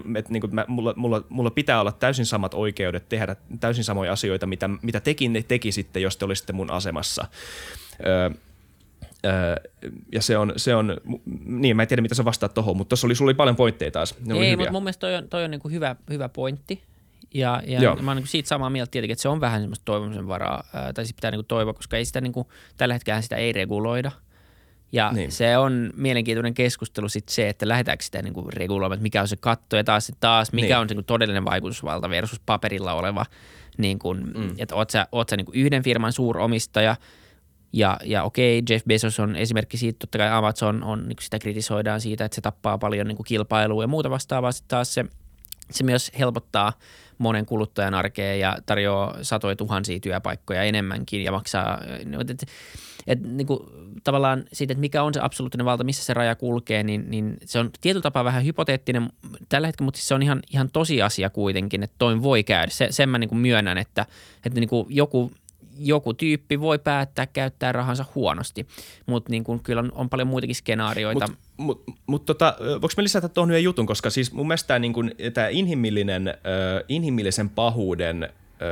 mulla pitää olla täysin samat oikeudet tehdä täysin samoja asioita, mitä tekin tekisitte, jos te olisitte mun asemassa. Ja se on, niin mä en tiedä mitä sä vastaat tohon, mutta sulla oli paljon pointteja taas. Ei, mutta mun mielestä toi on niin hyvä pointti. Ja mä oon niin siitä samaa mieltä tietenkin, että se on vähän semmoista toivomisen varaa, tai sit pitää niin toivoa, koska ei sitä tällä hetkellä sitä ei reguloida. Ja niin. Se on mielenkiintoinen keskustelu sitten se, että lähdetäänkö sitä reguloimaan, että mikä on se katto ja taas mikä on se todellinen vaikutusvalta versus paperilla oleva, että oot sä yhden firman suuromistaja. Ja okei, Jeff Bezos on esimerkki siitä, totta kai Amazon on, sitä kritisoidaan siitä, että se tappaa paljon kilpailua ja muuta vastaavaa. Sitten taas se myös helpottaa monen kuluttajan arkea ja tarjoaa satoja tuhansia työpaikkoja enemmänkin ja maksaa, tavallaan siitä, että mikä on se absoluuttinen valta, missä se raja kulkee, niin se on tietyllä tapaa vähän hypoteettinen tällä hetkellä, mutta se on ihan tosiasia kuitenkin, että toin voi käydä. Sen mä myönnän, että joku tyyppi voi päättää käyttää rahansa huonosti, mutta kyllä on paljon muitakin skenaarioita. Voinko me lisätä tuohon yhden jutun, koska siis mun mielestä tämä inhimillisen pahuuden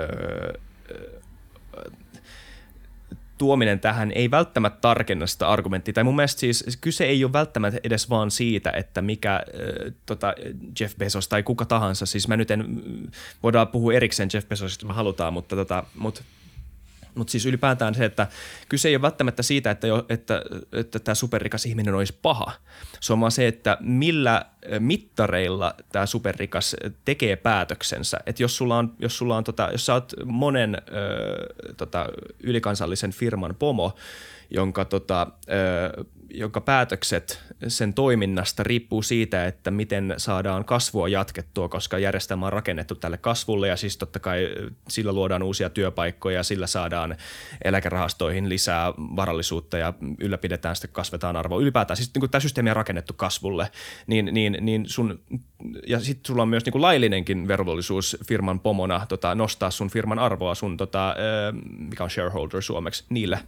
tuominen tähän ei välttämättä tarkenna sitä argumenttia. Tai mun mielestä siis kyse ei ole välttämättä edes vaan siitä, että mikä Jeff Bezos tai kuka tahansa, siis mä nyt voidaan puhua erikseen Jeff Bezosista, jos me halutaan, mutta siis ylipäätään se, että kyse ei ole välttämättä siitä, että tämä superrikas ihminen olisi paha. Se on vaan se, että millä mittareilla tämä superrikas tekee päätöksensä. Että jos sä oot monen ylikansallisen firman pomo, jonka päätökset sen toiminnasta riippuu siitä, että miten saadaan kasvua jatkettua, koska järjestelmä on rakennettu tälle kasvulle ja siis totta kai sillä luodaan uusia työpaikkoja, sillä saadaan eläkerahastoihin lisää varallisuutta ja ylläpidetään sitä, kasvetaan arvoa. Ylipäätään siis niin tämä systeemi on rakennettu kasvulle, ja sitten sulla on myös laillinenkin velvollisuus firman pomona nostaa sun firman arvoa, sun mikä on shareholder suomeksi, niille.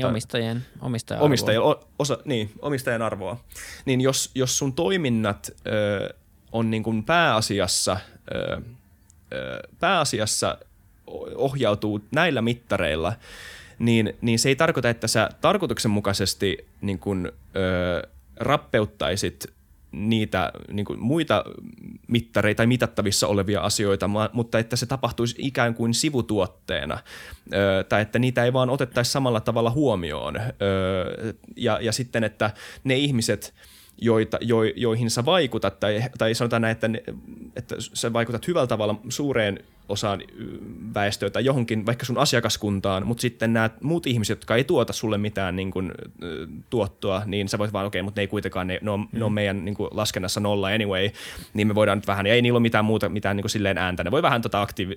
Omistajan arvoa. Niin jos sun toiminnat on pääasiassa ohjautuu näillä mittareilla, niin se ei tarkoita, että sä tarkoituksenmukaisesti niin kuin, rappeuttaisit niitä niin kuin muita mittareita tai mitattavissa olevia asioita, mutta että se tapahtuisi ikään kuin sivutuotteena tai että niitä ei vaan otettaisi samalla tavalla huomioon. Ja sitten, että ne ihmiset, joihin sä vaikutat, tai sanotaan näin, että sä vaikutat hyvällä tavalla suureen osaan väestöä tai johonkin vaikka sun asiakaskuntaan, mutta sitten nämä muut ihmiset, jotka ei tuota sulle mitään niin kuin, tuottoa, niin sä voit vaan, okei, mutta ne ei kuitenkaan, ne on meidän niin kuin, laskennassa nolla anyway, niin me voidaan nyt vähän, ja ei niillä ole mitään niin kuin, silleen ääntä, ne voi vähän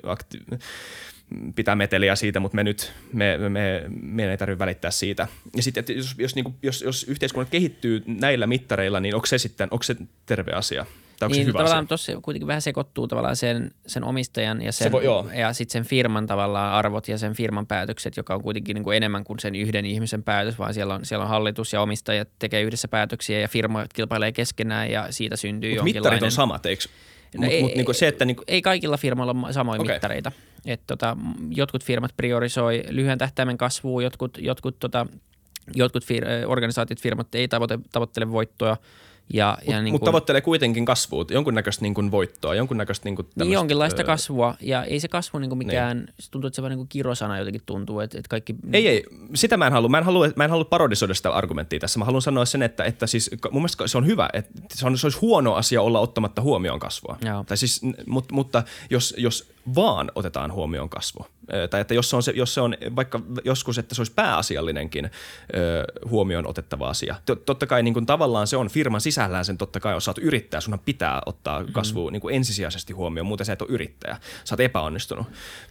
pitää meteliä siitä, mutta meidän ei tarvitse välittää siitä. Ja sitten, että jos yhteiskunnat kehittyy näillä mittareilla, niin onko se terve asia? Tai onko se hyvä asia? Tuossa kuitenkin vähän sekoittuu tavallaan sen omistajan ja sitten sen firman tavallaan arvot ja sen firman päätökset, joka on kuitenkin niin kuin enemmän kuin sen yhden ihmisen päätös, vaan siellä on hallitus ja omistajat tekee yhdessä päätöksiä ja firmat kilpailee keskenään ja siitä syntyy jonkinlainen. Mittarit on samat, eikö? Ei kaikilla firmoilla ole samoja mittareita. Jotkut firmat priorisoi lyhyen tähtäimen kasvua, jotkut organisaatiot, firmat ei tavoittele voittoa. Mutta tavoittelee kuitenkin kasvua, jonkunnäköistä niin kuin voittoa, jonkunnäköistä niin kuin niin jonkinlaista kasvua, ja ei se kasvu niin kuin mikään, niin. Se tuntuu, että se vaan niin kuin kirosana jotenkin tuntuu, että kaikki. Ei, sitä mä en halua parodisoida sitä argumenttia tässä. Mä haluan sanoa sen, että siis mun mielestä se on hyvä, että se olisi huono asia olla ottamatta huomioon kasvua. Tai siis, mutta jos vaan otetaan huomioon kasvu, tai että jos se on vaikka joskus, että se olisi pääasiallinenkin huomioon otettava asia. Totta kai niin kuin tavallaan se on firman sisällään sen totta kai, jos sä oot yrittäjä, sunhan pitää ottaa kasvu niin kuin ensisijaisesti huomioon, muuten sä et ole yrittäjä. Sä oot epäonnistunut.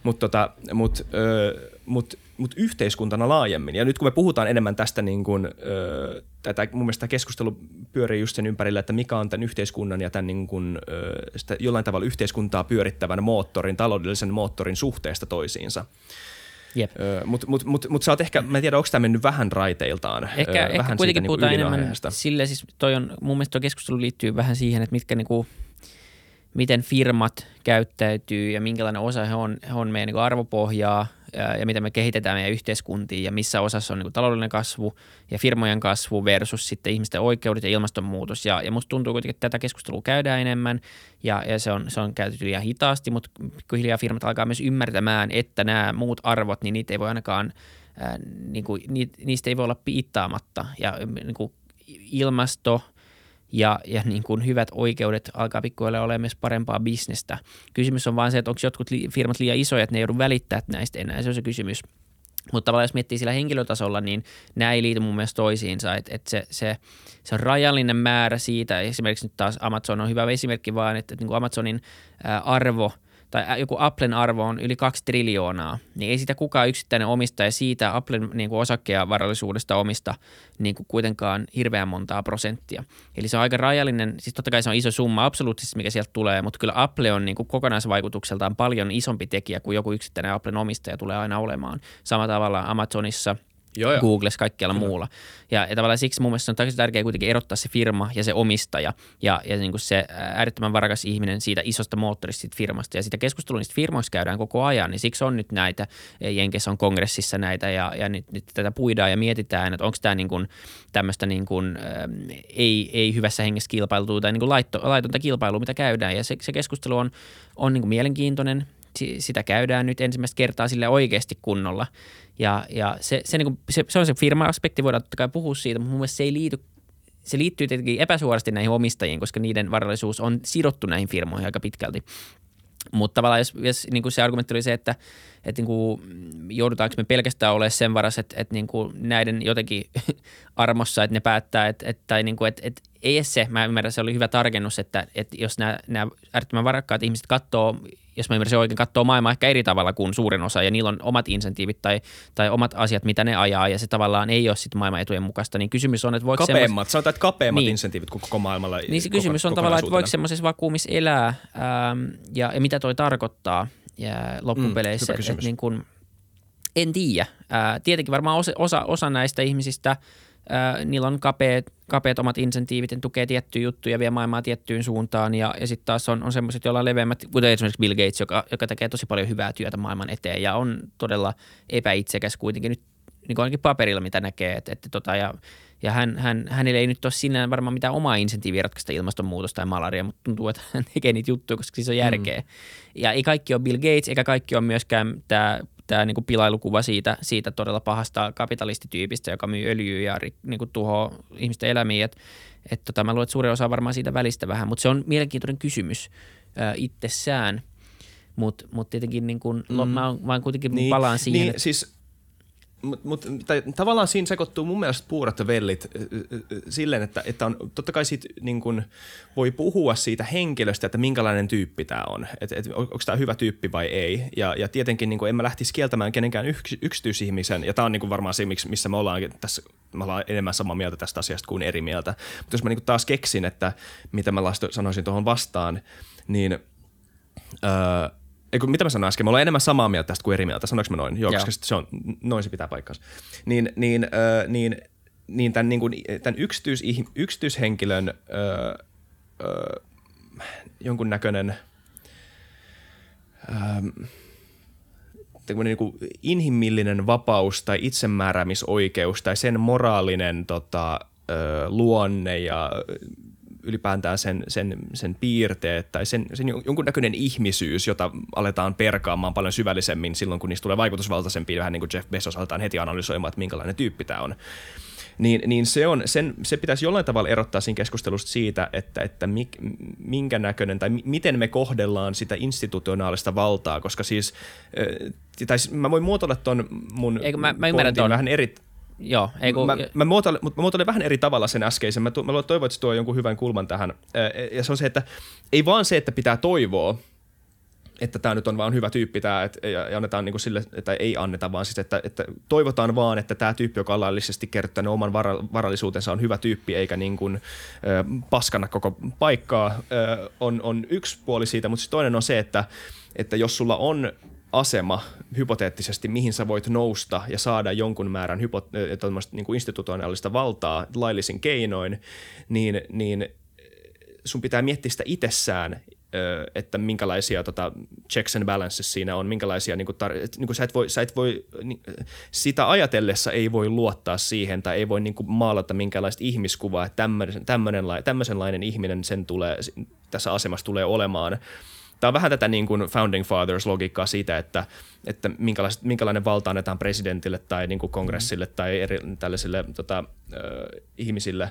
Mutta yhteiskuntana laajemmin, ja nyt kun me puhutaan enemmän tästä, niin kuin, mun mielestä tämä keskustelu pyörii just sen ympärillä, että mikä on tämän yhteiskunnan ja tämän niin kuin, sitä jollain tavalla yhteiskuntaa pyörittävän taloudellisen moottorin suhteesta toisiinsa. Mutta sä oot ehkä, mä en tiedä, onko tämä mennyt vähän raiteiltaan. Ehkä kuitenkin niin puhutaan enemmän silleen, siis mun mielestä tuo keskustelu liittyy vähän siihen, että miten firmat käyttäytyy ja minkälainen osa he on meidän niin arvopohjaa ja miten me kehitetään meidän yhteiskuntiin ja missä osassa on niin taloudellinen kasvu ja firmojen kasvu versus sitten ihmisten oikeudet ja ilmastonmuutos. Ja musta tuntuu kuitenkin, että tätä keskustelua käydään enemmän ja se on käytetty liian hitaasti, mutta pikkuhiljaa firmat alkaa myös ymmärtämään, että nämä muut arvot, niin niitä ei voi ainakaan, niistä ei voi olla piittaamatta ja niin kuin ilmasto ja niin kuin hyvät oikeudet alkaa pikkuhiljaa olemaan myös parempaa bisnestä. Kysymys on vaan se, että onko jotkut firmat liian isoja, että ne ei joudu välittämään näistä enää. Se on se kysymys. Mutta tavallaan jos miettii sillä henkilötasolla, niin nämä ei liity mun mielestä toisiinsa. Että se on rajallinen määrä siitä. Esimerkiksi nyt taas Amazon on hyvä esimerkki vaan, että niin kuin Amazonin arvo tai joku Applen arvo on yli 2 triljoonaa, niin ei sitä kukaan yksittäinen omistaja siitä Applen niin kuin osakkeavarallisuudesta omista niin kuin kuitenkaan hirveän montaa prosenttia. Eli se on aika rajallinen, siis totta kai se on iso summa absoluuttisesti, mikä sieltä tulee, mutta kyllä Apple on niin kuin kokonaisvaikutukseltaan paljon isompi tekijä kuin joku yksittäinen Applen omistaja tulee aina olemaan. Samalla tavalla Amazonissa, Googlessa, kaikkialla muulla. Ja tavallaan siksi mun mielestä on tosi tärkeää kuitenkin erottaa se firma ja se omistaja ja niin kuin se äärettömän varakas ihminen siitä isosta moottorista siitä firmasta. Ja sitä keskustelua niistä firmoista käydään koko ajan, niin siksi on nyt näitä, Jenkeissä on kongressissa näitä ja nyt tätä puidaan ja mietitään, että onko tämä niin kuin tämmöistä niin kuin, ei hyvässä hengessä kilpailtua tai niin kuin laitonta kilpailua, mitä käydään. Ja se keskustelu on niin kuin mielenkiintoinen. Sitä käydään nyt ensimmäistä kertaa sille oikeasti kunnolla. Ja se on se firma-aspekti, voidaan totta kai puhua siitä, mutta mun mielestä se liittyy tietenkin epäsuorasti näihin omistajiin, koska niiden varallisuus on sidottu näihin firmoihin aika pitkälti. Mutta tavallaan jos niin kuin se argumentti oli se, että niin kuin, joudutaanko me pelkästään olemaan sen varassa, että niin kuin näiden jotenkin armossa, että ne päättää, että ei se, mä ymmärrän, se oli hyvä tarkennus, että jos nämä äärettömän varakkaat ihmiset katsoo, jos mä ymmärrän oikein, katsoo maailmaa ehkä eri tavalla kuin suurin osa ja niillä on omat insentiivit tai omat asiat, mitä ne ajaa ja se tavallaan ei ole sitten maailman etujen mukaista, niin kysymys on, että voiko sanotaan, että kapeammat insentiivit kuin koko maailmalla. Niin se kysymys on tavallaan, että voiko semmoisessa vakuumissa elää ja mitä toi tarkoittaa ja loppupeleissä, että niin kuin, en tiedä. Tietenkin varmaan osa näistä ihmisistä, niillä on kapeat omat insentiivit, ne tukee tiettyjä juttuja, vie maailmaa tiettyyn suuntaan ja sitten taas on semmoiset, joilla on leveämmät, kuten esimerkiksi Bill Gates, joka tekee tosi paljon hyvää työtä maailman eteen ja on todella epäitsekäs kuitenkin nyt niin kuin ainakin paperilla mitä näkee, ja hänellä ei nyt ole sinänsä varmaan mitään omaa insentiiviä ratkaista ilmastonmuutosta tai malaria, mutta tuntuu, että hän tekee niitä juttuja, koska siis on järkeä. Ja ei kaikki ole Bill Gates, eikä kaikki ole myöskään tämä niin kuin pilailukuva siitä todella pahasta kapitalistityypistä, joka myy öljyä ja niin kuin tuhoaa ihmisten elämiä. Mä luulen, että suurin osa on varmaan siitä välistä vähän, mutta se on mielenkiintoinen kysymys itsessään. Mutta tietenkin niin kun, mä kuitenkin palaan siihen. Niin, siis, tavallaan siinä sekoittuu mun mielestä puurot ja vellit silleen, että on, totta kai siitä niin kun voi puhua siitä henkilöstä, että minkälainen tyyppi tämä on. Että onko tämä hyvä tyyppi vai ei. Ja tietenkin niin kun en mä lähtisi kieltämään kenenkään yksityisihmisen. Ja tämä on niin kun varmaan se, missä me ollaan tässä, me ollaan enemmän samaa mieltä tästä asiasta kuin eri mieltä. Mutta jos mä niin kun taas keksin, että mitä mä sanoisin tuohon vastaan, niin mitä mä sanoin äsken? Me ollaan enemmän samaa mieltä tästä kuin eri mieltä. Sanoinko mä noin? Joo, koska se on, noin se pitää paikkansa. Niin tämän yksityishenkilön jonkunnäköinen niin kuin inhimillinen vapaus tai itsemääräämisoikeus tai sen moraalinen luonne ja ylipäätään sen piirteet tai sen jonkunnäköinen ihmisyys, jota aletaan perkaamaan paljon syvällisemmin silloin, kun niistä tulee vaikutusvaltaisempia, vähän niin kuin Jeff Bezos aletaan heti analysoimaan, että minkälainen tyyppi tämä on. Niin se pitäisi jollain tavalla erottaa siinä keskustelusta siitä, että minkä näköinen tai miten me kohdellaan sitä institutionaalista valtaa, koska siis mä voin muotoilla ton mun pointin vähän eri. Joo, mä muotoilen vähän eri tavalla sen äskeisen. Mä toivon, että se tuo jonkun hyvän kulman tähän. Ja se on se, että ei vaan se, että pitää toivoa, että tämä nyt on vaan hyvä tyyppi tää, ja annetaan niin kuin sille, että ei anneta, vaan siis, että toivotaan vaan, että tämä tyyppi, joka on laillisesti kerryttänyt oman varallisuutensa, on hyvä tyyppi, eikä niin kuin, paskana koko paikkaa, on yksi puoli siitä, mutta toinen on se, että jos sulla on asema hypoteettisesti, mihin sä voit nousta ja saada jonkun määrän niin kuin institutionaalista valtaa laillisin keinoin, niin sun pitää miettiä sitä itsessään, että minkälaisia checks and balances siinä on, minkälaisia, niin kuin sä et voi sitä ajatellessa ei voi luottaa siihen tai ei voi niin kuin maalata minkälaista ihmiskuvaa, että tämmöisenlainen ihminen tässä asemassa tulee olemaan. Tämä on vähän tätä niin kuin Founding Fathers-logiikkaa siitä, että minkälainen valta annetaan presidentille tai niin kuin kongressille tai tällaisille ihmisille,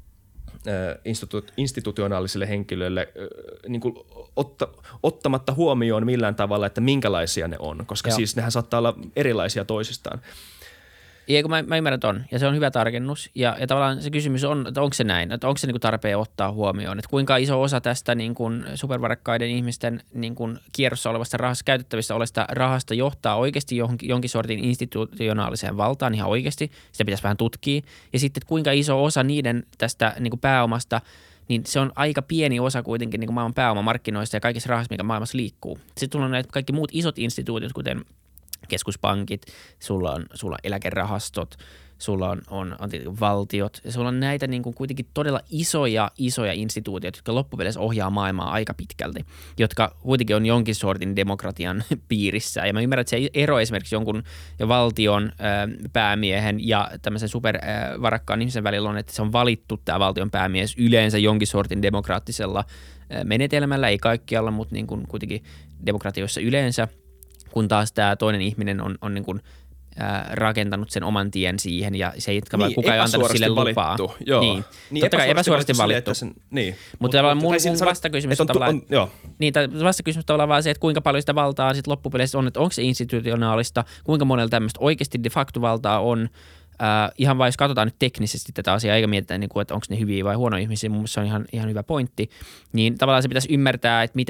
institutionaalisille henkilöille niin kuin ottamatta huomioon millään tavalla, että minkälaisia ne on, koska siis nehän saattaa olla erilaisia toisistaan. Ja mä ymmärrän ton, ja se on hyvä tarkennus, ja tavallaan se kysymys on, että onko se näin, että onko se niin kuin tarpeen ottaa huomioon, että kuinka iso osa tästä niin kuin supervarakkaiden ihmisten niin kuin kierrossa olevasta rahasta, käytettävissä olevasta rahasta johtaa oikeasti jonkin sortin institutionaaliseen valtaan ihan oikeasti, sitä pitäisi vähän tutkia, ja sitten että kuinka iso osa niiden tästä niin kuin pääomasta, niin se on aika pieni osa kuitenkin niin kuin maailman pääomamarkkinoista ja kaikissa rahassa, mikä maailmassa liikkuu. Sitten sulla on näitä kaikki muut isot instituutiot, kuten keskuspankit, sulla on eläkerahastot, sulla on valtiot, ja sulla on näitä niin kuin kuitenkin todella isoja instituutioita, jotka loppupeleissä ohjaa maailmaa aika pitkälti, jotka kuitenkin on jonkin sortin demokratian piirissä. Ja mä ymmärrän, että se ero esimerkiksi jonkun valtion päämiehen ja tämmöisen supervarakkaan ihmisen välillä on, että se on valittu tämä valtion päämies yleensä jonkin sortin demokraattisella menetelmällä, ei kaikkialla, mutta niin kuin kuitenkin demokratioissa yleensä, kun taas tämä toinen ihminen on niin kuin rakentanut sen oman tien siihen ja se ei kukaan ei antanut sille lupaa. Joo. Niin. Totta kai epäsuorasti valittu. Mutta tavallaan mun vastakysymys on tavallaan, vastakysymys tavallaan vaan se, että kuinka paljon sitä valtaa sitten loppupeleissä on, että onko se institutionaalista, kuinka monella tämmöistä oikeasti de facto valtaa on. Ihan vaan jos katsotaan nyt teknisesti tätä asiaa, eikä mietitä, niin kuin, että onko ne hyviä vai huonoja ihmisiä, mun mielestä se on ihan hyvä pointti, niin tavallaan se pitäisi ymmärtää, että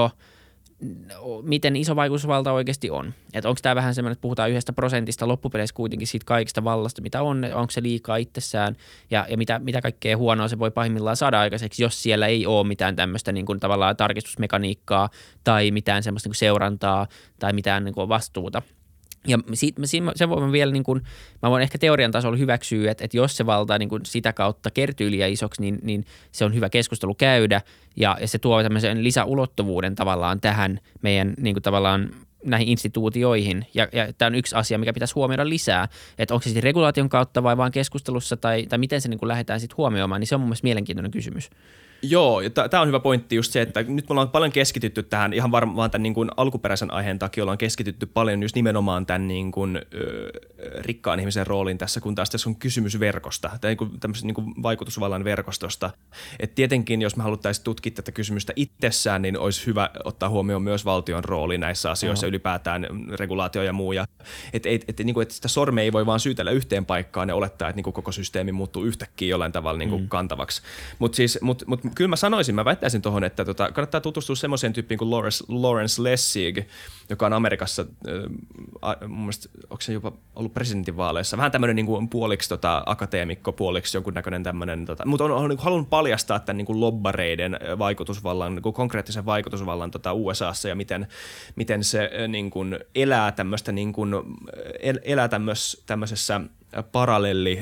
miten iso vaikutusvalta oikeasti on. Että onko tämä vähän semmoinen, että puhutaan 1% loppupeleissä kuitenkin siitä kaikista vallasta, mitä on, onko se liikaa itsessään ja mitä kaikkea huonoa se voi pahimmillaan saada aikaiseksi, jos siellä ei ole mitään tämmöistä niin kuin tavallaan tarkistusmekaniikkaa tai mitään semmoista niin kuin seurantaa tai mitään niin kuin vastuuta. Ja sen voin vielä, niin kuin, mä voin ehkä teorian tasolla hyväksyä, että jos se valta niin kuin sitä kautta kertyy liian isoksi, niin se on hyvä keskustelu käydä ja se tuo tämmöisen lisäulottuvuuden tavallaan tähän meidän niin kuin tavallaan näihin instituutioihin. Ja tämä on yksi asia, mikä pitäisi huomioida lisää, että onko se sitten regulaation kautta vai vaan keskustelussa tai miten se niin kuin lähdetään sitten huomioimaan, niin se on mun mielestä mielenkiintoinen kysymys. Joo, tämä on hyvä pointti just se, että nyt me ollaan paljon keskitytty tähän, ihan varmaan tämän niin kuin alkuperäisen aiheen takia ollaan keskitytty paljon just nimenomaan tämän niin kuin, rikkaan ihmisen rooliin tässä, kun taas tässä on kysymys verkosta, tai tämmöisen niin kuin vaikutusvallan verkostosta. Et tietenkin, jos me haluttaisiin tutkia tätä kysymystä itsessään, niin olisi hyvä ottaa huomioon myös valtion rooli näissä asioissa, ylipäätään regulaatio ja muu. Että sitä sormea ei voi vaan syytellä yhteen paikkaan ja olettaa, että niin kuin koko systeemi muuttuu yhtäkkiä jollain tavalla niin kuin kantavaksi. Mutta kyllä mä väittäisin tuohon, että kannattaa tutustua semmoiseen tyyppiin kuin Lawrence Lessig, joka on Amerikassa, mun mielestä, onko se jopa ollut presidentinvaaleissa, vähän tämmöinen niin kuin puoliksi akateemikko, puoliksi jonkunnäköinen tämmöinen, mutta on halunnut paljastaa tämän niin kuin lobbareiden vaikutusvallan, niin kuin konkreettisen vaikutusvallan USAssa ja miten se niin kuin elää tämmöistä niin kuin, elää tämmöisessä parallelli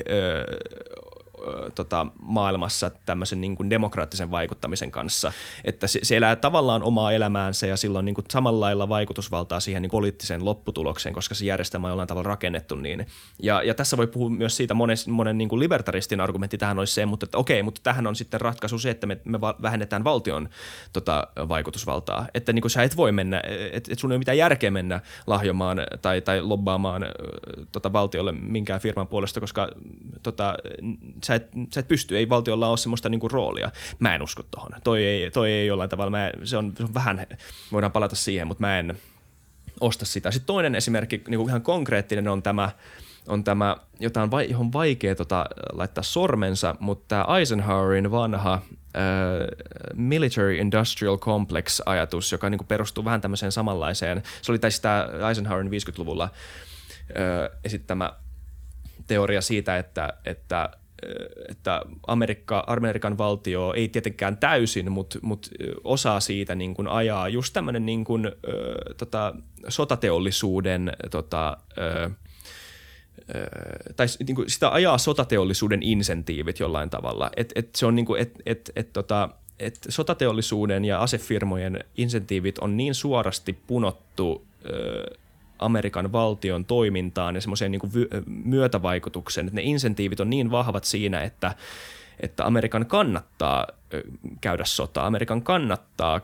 maailmassa tämmöisen niin kuin demokraattisen vaikuttamisen kanssa, että se elää tavallaan omaa elämäänsä ja sillä on niin kuin samalla lailla vaikutusvaltaa siihen niin poliittiseen lopputulokseen, koska se järjestelmä on jollain tavalla rakennettu niin. Ja tässä voi puhua myös siitä monen niin kuin libertaristin argumentti tähän olisi se, mutta tähän on sitten ratkaisu se, että me vähennetään valtion vaikutusvaltaa, että niin kuin sä et voi mennä, että sun ei ole mitään järkeä mennä lahjomaan tai lobbaamaan valtiolle minkään firman puolesta, koska sä et pysty, ei valtiolla ole semmoista niinku roolia. Mä en usko tohon. Toi ei jollain tavalla, se on vähän, voidaan palata siihen, mutta mä en osta sitä. Sitten toinen esimerkki, niinku ihan konkreettinen on tämä johon vaikea laittaa sormensa, mutta tämä Eisenhowerin vanha military industrial complex -ajatus, joka niinku perustuu vähän tämmöiseen samanlaiseen, se oli tämä Eisenhowerin 50-luvulla esittämä teoria siitä, että Amerikan valtio ei tietenkään täysin, mutta osaa siitä niin kuin ajaa just tämmöinen niin kuin, sotateollisuuden tai niin kuin sitä ajaa sotateollisuuden insentiivit jollain tavalla. Se on niin kuin, että sotateollisuuden ja asefirmojen insentiivit on niin suorasti punottu Amerikan valtion toimintaan ja semmoiseen niin kuin myötävaikutukseen, että ne insentiivit on niin vahvat siinä, että Amerikan kannattaa käydä sotaa, Amerikan kannattaa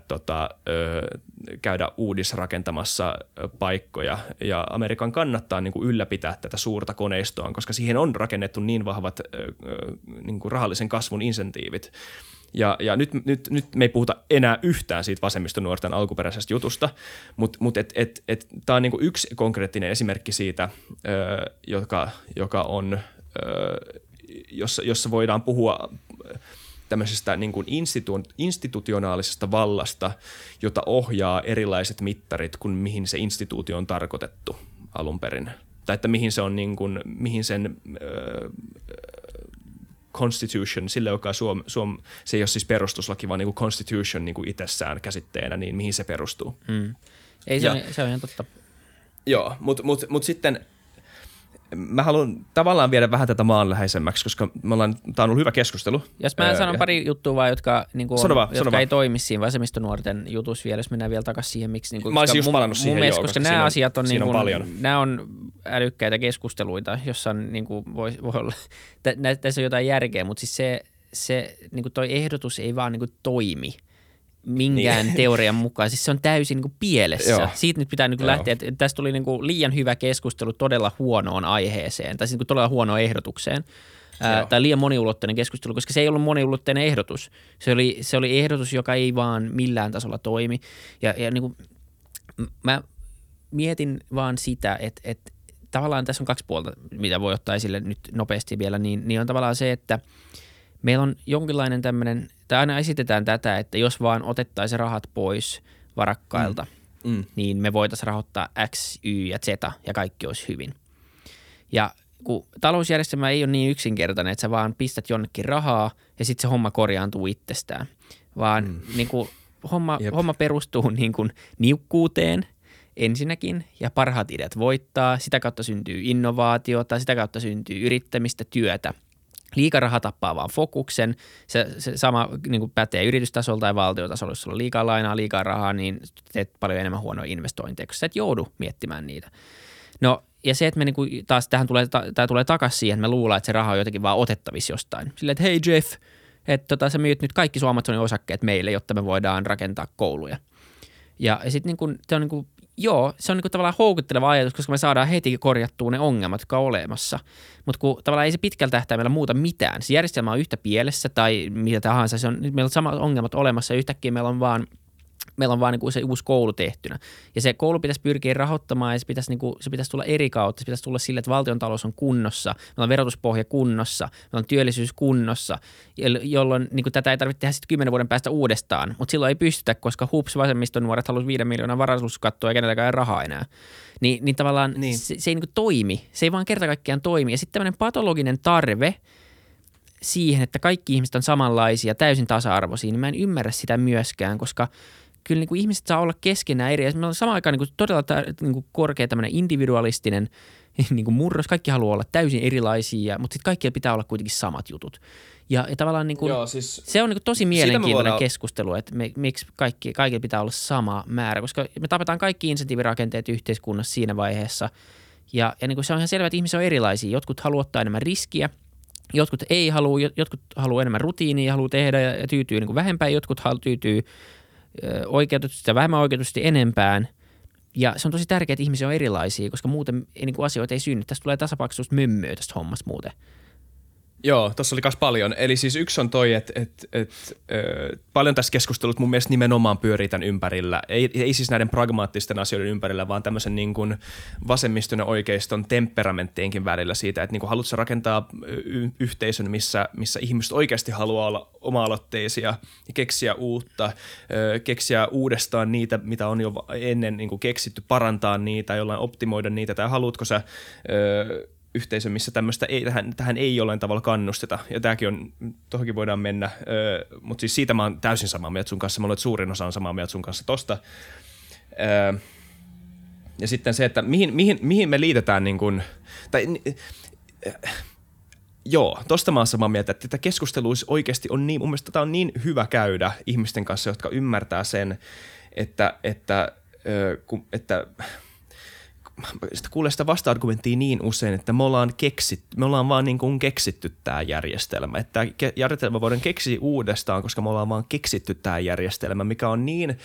käydä uudisrakentamassa paikkoja ja Amerikan kannattaa niin kuin ylläpitää tätä suurta koneistoa, koska siihen on rakennettu niin vahvat niin kuin rahallisen kasvun insentiivit. Ja nyt me ei puhuta enää yhtään siitä vasemmistonuorten alkuperäisestä jutusta, mutta tämä on niinku yksi konkreettinen esimerkki siitä, joka on, jossa voidaan puhua tämmöisestä niin kuin institutionaalisesta vallasta, jota ohjaa erilaiset mittarit kuin mihin se instituutio on tarkoitettu alun perin. Tai että mihin se on niin kuin, mihin sen constitution, sille joka se ei ole siis perustuslaki, vaan niin kuin constitution niin kuin itsessään käsitteenä, niin mihin se perustuu. Ei se on ihan totta. Joo, mutta sitten mä haluan tavallaan viedä vähän tätä maanläheisemmäksi, koska tämä on ollut hyvä keskustelu. Jos mä sanon pari juttua vaan, jotka, niin kuin jotka ei toimi siinä vasemmistonuorten jutussa vielä, jos mennään vielä takaisin siihen, miksi. Niin kuin, mä olisin just palannut siihen, mielestä, koska nämä asiat on, niin kuin, nämä on älykkäitä keskusteluita, jossa on, niin kuin, voi olla, tässä on jotain järkeä, mutta siis se niin kuin toi ehdotus ei vaan niin kuin toimi minkään teorian mukaan. Siis se on täysin niin kuin pielessä. Joo. Siitä nyt pitää niin kuin lähteä, että tästä tuli niin kuin liian hyvä keskustelu todella huonoon aiheeseen, tai siis niin kuin todella huonoon ehdotukseen, tai liian moniulotteinen keskustelu, koska se ei ollut moniulotteinen ehdotus. Se oli ehdotus, joka ei vaan millään tasolla toimi. Ja niin kuin, mä mietin vaan sitä, että tavallaan tässä on kaksi puolta, mitä voi ottaa esille nyt nopeasti vielä, niin on tavallaan se, että meillä on jonkinlainen tämmöinen, tai aina esitetään tätä, että jos vaan otettaisiin rahat pois varakkailta, niin me voitaisiin rahoittaa X, Y ja Z ja kaikki olisi hyvin. Ja kun talousjärjestelmä ei ole niin yksinkertainen, että sä vaan pistät jonnekin rahaa ja sitten se homma korjaantuu itsestään, vaan niin kuin homma perustuu niin kuin niukkuuteen ensinnäkin ja parhaat ideat voittaa, sitä kautta syntyy innovaatiota, sitä kautta syntyy yrittämistä, työtä. Liika raha tappaa vaan fokuksen. Se sama niin kuin pätee yritystasolla tai valtiotasolla, jos sulla on liikaa lainaa, liikaa rahaa, niin teet paljon enemmän huonoja investointeja, koska sä et joudu miettimään niitä. No ja se, että me niinku, taas tähän tulee takaisin siihen, että me luullaan, että se raha on jotenkin vaan otettavissa jostain. Silleen, että hei Jeff, että sä myyt nyt kaikki sun Amazonin osakkeet meille, jotta me voidaan rakentaa kouluja. Ja sitten niinku, se on niinku, se on niinku tavallaan houkutteleva ajatus, koska me saadaan heti korjattua ne ongelmat, jotka on olemassa. Mutta kun tavallaan ei se pitkällä tähtäimellä muuta mitään. Se järjestelmä on yhtä pielessä tai mitä tahansa. Meillä on samat ongelmat olemassa ja yhtäkkiä meillä on vaan niin kuin se uusi koulu tehtynä. Ja se koulu pitäisi pyrkiä rahoittamaan ja se pitäisi tulla eri kautta. Se pitäisi tulla sille, että valtiontalous on kunnossa, meillä on verotuspohja kunnossa, meillä on työllisyys kunnossa, jolloin niin kuin tätä ei tarvitse tehdä sitten 10 vuoden päästä uudestaan. Mutta silloin ei pystytä, koska hups, vasemmiston nuoret haluaisi 5 miljoonaa varallisuuskattoa ja kenelläkään ei rahaa enää. Niin tavallaan se ei niin kuin toimi. Se ei vaan kerta kaikkiaan toimi. Ja sitten tämmöinen patologinen tarve siihen, että kaikki ihmiset on samanlaisia, täysin tasa-arvoisia, niin mä en ymmärrä sitä myöskään, koska kyllä niin kuin ihmiset saa olla keskenään eri. Meillä on samaan aikaan niin kuin todella niin kuin korkea tämmöinen individualistinen niin kuin murros. Kaikki haluaa olla täysin erilaisia, mutta sitten kaikilla pitää olla kuitenkin samat jutut. Ja tavallaan niin kuin, se on niin kuin tosi mielenkiintoinen keskustelu, että miksi kaikilla pitää olla sama määrä, koska me tapetaan kaikki insentiivirakenteet yhteiskunnassa siinä vaiheessa. Ja niin kuin se on ihan selvä, että ihmisiä on erilaisia. Jotkut haluaa ottaa enemmän riskiä. Jotkut ei halua, jotkut haluaa enemmän rutiinia, haluaa tehdä ja tyytyy niin kuin vähempään, jotkut tyytyy oikeutetusti ja vähemmän oikeutetusti enempään. Ja se on tosi tärkeää, että ihmisiä on erilaisia, koska muuten niin kuin asioita ei synny. Tästä tulee tasapaksuista mömmöä tästä hommasta muuten. Joo, tuossa oli myös paljon. Eli siis yksi on toi, että paljon tässä keskustelussa mun mielestä nimenomaan pyörii tämän ympärillä. Ei siis näiden pragmaattisten asioiden ympärillä, vaan tämmöisen niin kuin vasemmiston ja oikeiston temperamenttienkin välillä siitä, että niin kuin haluatko rakentaa yhteisön, missä ihmiset oikeasti haluaa olla oma-aloitteisia ja keksiä uutta, keksiä uudestaan niitä, mitä on jo ennen niin kuin keksitty, parantaa niitä, jollain optimoida niitä, tai haluatko sä yhteisö, missä tämmöistä tähän ei jollain tavalla kannusteta. Ja tämäkin on, tohonkin voidaan mennä, mutta siis siitä mä oon täysin samaa mieltä sun kanssa. Mä luulen, että suurin osa on samaa mieltä sun kanssa tosta. Ja sitten se, että mihin me liitetään niin kuin, tosta mä oon samaa mieltä, että tätä keskustelua oikeasti on niin, mun mielestä tätä on niin hyvä käydä ihmisten kanssa, jotka ymmärtää sen, että sitä kuulee sitä vasta-argumenttia niin usein, että me ollaan vaan niin kuin keksitty tämä järjestelmä. Että järjestelmä voidaan keksiä uudestaan, koska me ollaan vaan keksitty tämä järjestelmä, mikä on niin,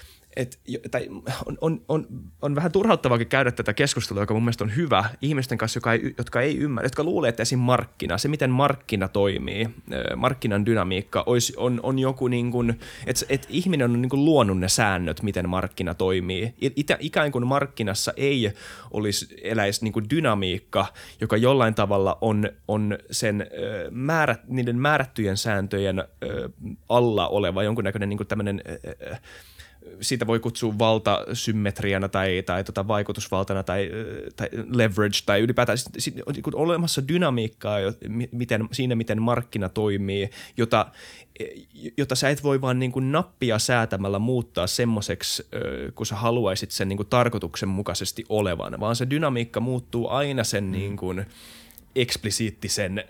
on vähän turhauttavaakin käydä tätä keskustelua, joka mun mielestä on hyvä ihmisten kanssa, jotka ei ymmärrä, jotka luulee, että esim. Se miten markkina toimii, markkinan dynamiikka on joku niin kuin, että ihminen on niin kuin luonut ne säännöt, miten markkina toimii. Ikään kuin markkinassa ei eläisi niin kuin dynamiikka, joka jollain tavalla on sen niiden määrättyjen sääntöjen alla oleva jonkunnäköinen niin kuin tämmöinen siitä voi kutsua valtasymmetriana tai vaikutusvaltana tai leverage tai ylipäätään on olemassa dynamiikkaa miten markkina toimii, jota sä et voi vaan niin kuin nappia säätämällä muuttaa semmoiseksi, kun sä haluaisit sen niin kuin tarkoituksenmukaisesti olevan, vaan se dynamiikka muuttuu aina sen niin kuin eksplisiittisen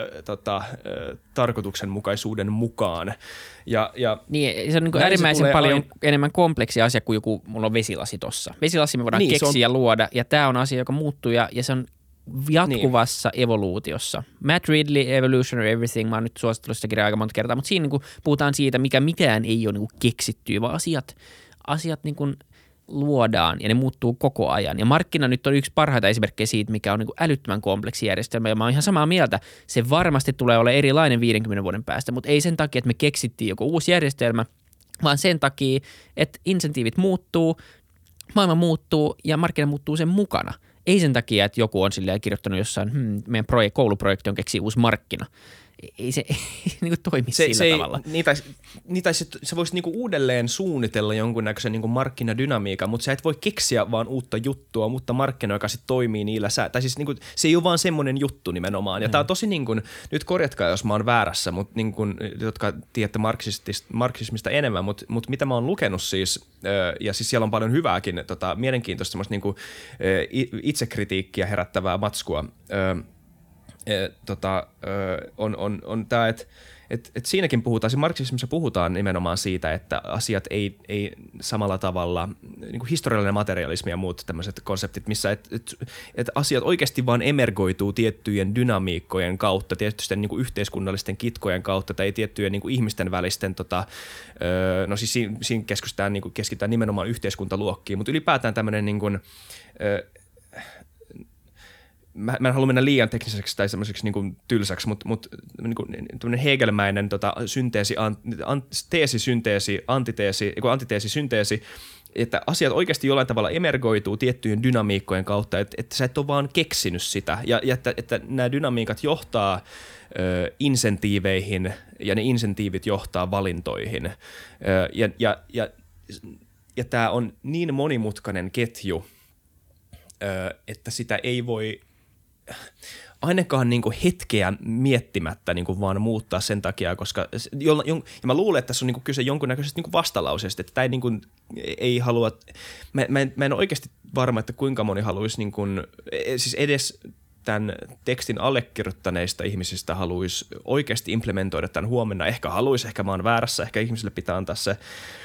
tarkoituksenmukaisuuden mukaan. Niin, se on niin kuin äärimmäisen paljon enemmän kompleksi asia kuin joku, mulla on vesilasi tossa. Vesilasi me voidaan keksiä ja luoda, ja tämä on asia, joka muuttuu, ja se on jatkuvassa evoluutiossa. Matt Ridley, Evolutionary Everything, mä oon nyt suositellut sitä kirjaa aika monta kertaa, mutta siinä niin kuin puhutaan siitä, mikään ei ole niin kuin keksittyä, vaan asiat niin kuin luodaan ja ne muuttuu koko ajan. Ja markkina nyt on yksi parhaita esimerkkejä siitä, mikä on niin kuin älyttömän kompleksi järjestelmä. Ja mä oon ihan samaa mieltä. Se varmasti tulee olemaan erilainen 50 vuoden päästä, mutta ei sen takia, että me keksittiin joku uusi järjestelmä, vaan sen takia, että insentiivit muuttuu, maailma muuttuu ja markkina muuttuu sen mukana. Ei sen takia, että joku on silleen kirjoittanut jossain, meidän kouluprojekti on keksiä uusi markkina. Ei se niin kuin toimi sillä tavalla. Se voisi niin kuin uudelleen suunnitella jonkunnäköisen niin kuin markkinadynamiikan, mutta sä et voi keksiä vaan uutta juttua, mutta markkina, joka sitten toimii niillä tai siis niin kuin, se ei ole vaan semmoinen juttu nimenomaan. Ja tää on tosi niin kuin, nyt korjatkaa, jos mä oon väärässä, mutta niin kuin, jotka tiedätte marksismista enemmän, mutta mitä mä oon lukenut siis, ja siis siellä on paljon hyvääkin, mielenkiintoista semmoista niin kuin itsekritiikkiä herättävää matskua, on tämä, että siinäkin puhutaan, marksismissa puhutaan nimenomaan siitä, että asiat ei samalla tavalla, niin kuin historiallinen materialismi ja muut tämmöiset konseptit, missä että asiat oikeasti vaan emergoituu tiettyjen dynamiikkojen kautta, tietysten niin kuin yhteiskunnallisten kitkojen kautta tai tiettyjen niin kuin ihmisten välisten, no siis siinä keskitytään nimenomaan yhteiskuntaluokkiin, mutta ylipäätään tämmöinen niin kuin, mä en halua mennä liian tekniseksi tai semmoiseksi niin kuin tylsäksi, mutta niin kuin hegelmäinen antiteesi-synteesi, että asiat oikeasti jollain tavalla emergoituu tiettyjen dynamiikkojen kautta, että sä et ole vaan keksinyt sitä ja että nämä dynamiikat johtaa insentiiveihin ja ne insentiivit johtaa valintoihin ja tämä on niin monimutkainen ketju, että sitä ei voi ainakaan niin kuin hetkeä miettimättä niin kuin vaan muuttaa sen takia, koska ja mä luulen, että tässä on niin kuin kyse jonkunnäköisestä niin kuin vastalauseesta, että tämä ei halua, mä en ole oikeasti varma, että kuinka moni haluaisi niin kuin, siis edes tämän tekstin allekirjoittaneista ihmisistä haluaisi oikeasti implementoida tämän huomenna, ehkä mä oon väärässä, ehkä ihmisille pitää antaa se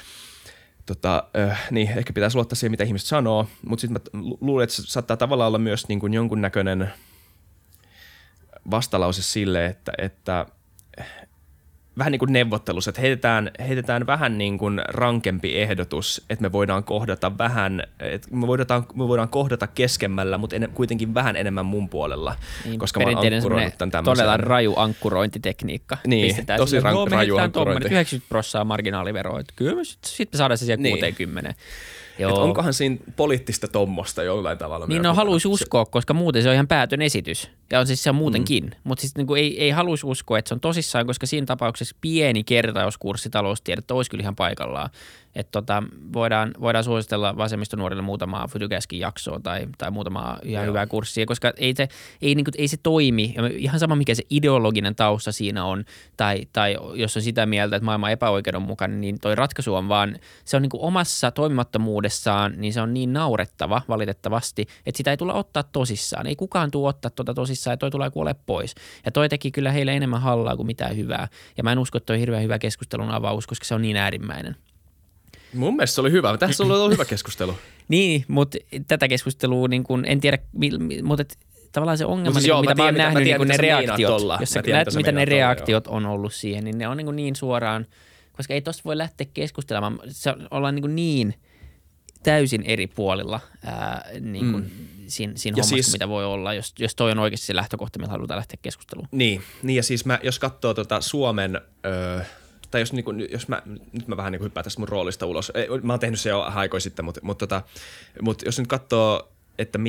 niin ehkä pitäisi luottaa siihen, mitä ihmiset sanoo, mutta sitten mä luulen, että se saattaa tavallaan olla myös niin kuin jonkunnäköinen vastalause sille, että vähän niin kuin neuvottelussa, että heitetään vähän niin kuin rankempi ehdotus, että me voidaan kohdata vähän, että me voidaan kohdata keskemmällä, mutta kuitenkin vähän enemmän mun puolella, niin, koska mä oon ankkuroinut tämän tämmöisen. Todella raju ankkurointitekniikka. Niin, pistetään tosi raju ankkurointi. 90% marginaaliveroa, että kyllä sitten saadaan se siellä niin. 60. Että onkohan siinä poliittista tommosta jollain tavalla? Niin haluaisi uskoa, koska muuten se on ihan päätön esitys. Ja on siis se on muutenkin. Mutta siis niin ei haluaisi uskoa, että se on tosissaan, koska siinä tapauksessa pieni kertauskurssi taloustiedettä olisi kyllä ihan paikallaan. Että voidaan suositella vasemmistonuorille muutamaa Fytykäskin jaksoa tai muutamaa ihan hyvää kurssia, koska ei se toimi. Ja ihan sama, mikä se ideologinen tausta siinä on, tai jos on sitä mieltä, että maailma on epäoikeudenmukainen, niin toi ratkaisu on vaan, se on niin kuin omassa toimimattomuudessaan, niin se on niin naurettava valitettavasti, että sitä ei tulla ottaa tosissaan. Ei kukaan tule ottaa tosissaan, ja toi tulee kuolee pois. Ja toi teki kyllä heille enemmän hallaa kuin mitään hyvää. Ja mä en usko, että toi on hirveän hyvä keskustelun avaus, koska se on niin äärimmäinen. Mun mielestä se oli hyvä. Tässä on ollut hyvä keskustelu. Niin, mutta tätä keskustelua niin kuin, en tiedä, mutta tavallaan se ongelma, siis mitä mä oon nähnyt, niin kuin ne reaktiot, jos sä näet, mitä ne reaktiot on ollut siihen, niin ne on niin suoraan, koska ei tosta voi lähteä keskustelemaan. Se ollaan niin täysin eri puolilla niin kuin siinä hommassa, siis, mitä voi olla, jos toi on oikeasti se lähtökohta, millä halutaan lähteä keskusteluun. Niin ja siis jos katsoo Suomen tai nyt mä vähän niin kuin hyppään tästä mun roolista ulos. Mä oon tehnyt se jo aikoin sitten, mutta jos nyt katsoo, että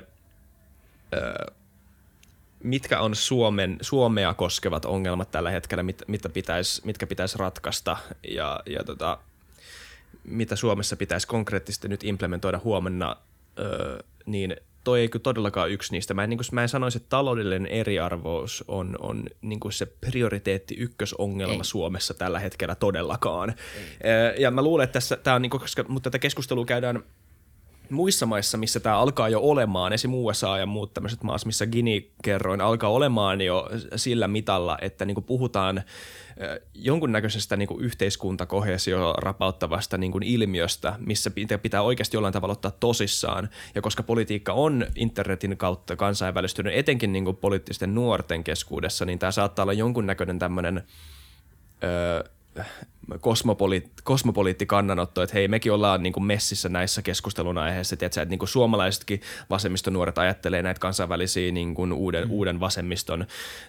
mitkä on Suomea koskevat ongelmat tällä hetkellä, mitkä pitäisi ratkaista ja mitä Suomessa pitäisi konkreettisesti nyt implementoida huomenna, niin toi ei kyllä todellakaan yksi niistä. Mä en sanoisi, että taloudellinen eriarvous on niin kuin se prioriteetti ykkösongelma Suomessa tällä hetkellä todellakaan. Ja mä luulen, että tässä tämä on, mutta tätä keskustelua käydään muissa maissa, missä tämä alkaa jo olemaan, esimerkiksi USA ja muut tämmöiset maat, missä Gini-kerroin alkaa olemaan jo sillä mitalla, että niin kuin puhutaan jonkunnäköisestä niin kuin yhteiskuntakohesio rapauttavasta niin kuin ilmiöstä, missä pitää oikeasti jollain tavalla ottaa tosissaan. Ja koska politiikka on internetin kautta kansainvälistynyt, etenkin niin kuin poliittisten nuorten keskuudessa, niin tämä saattaa olla jonkunnäköinen tämmöinen kosmopoliittikannanotto, että hei, mekin ollaan niin kuin messissä näissä keskustelun aiheissa, että niin kuin suomalaisetkin vasemmistonuoret ajattelee näitä kansainvälisiä niin kuin uuden vasemmiston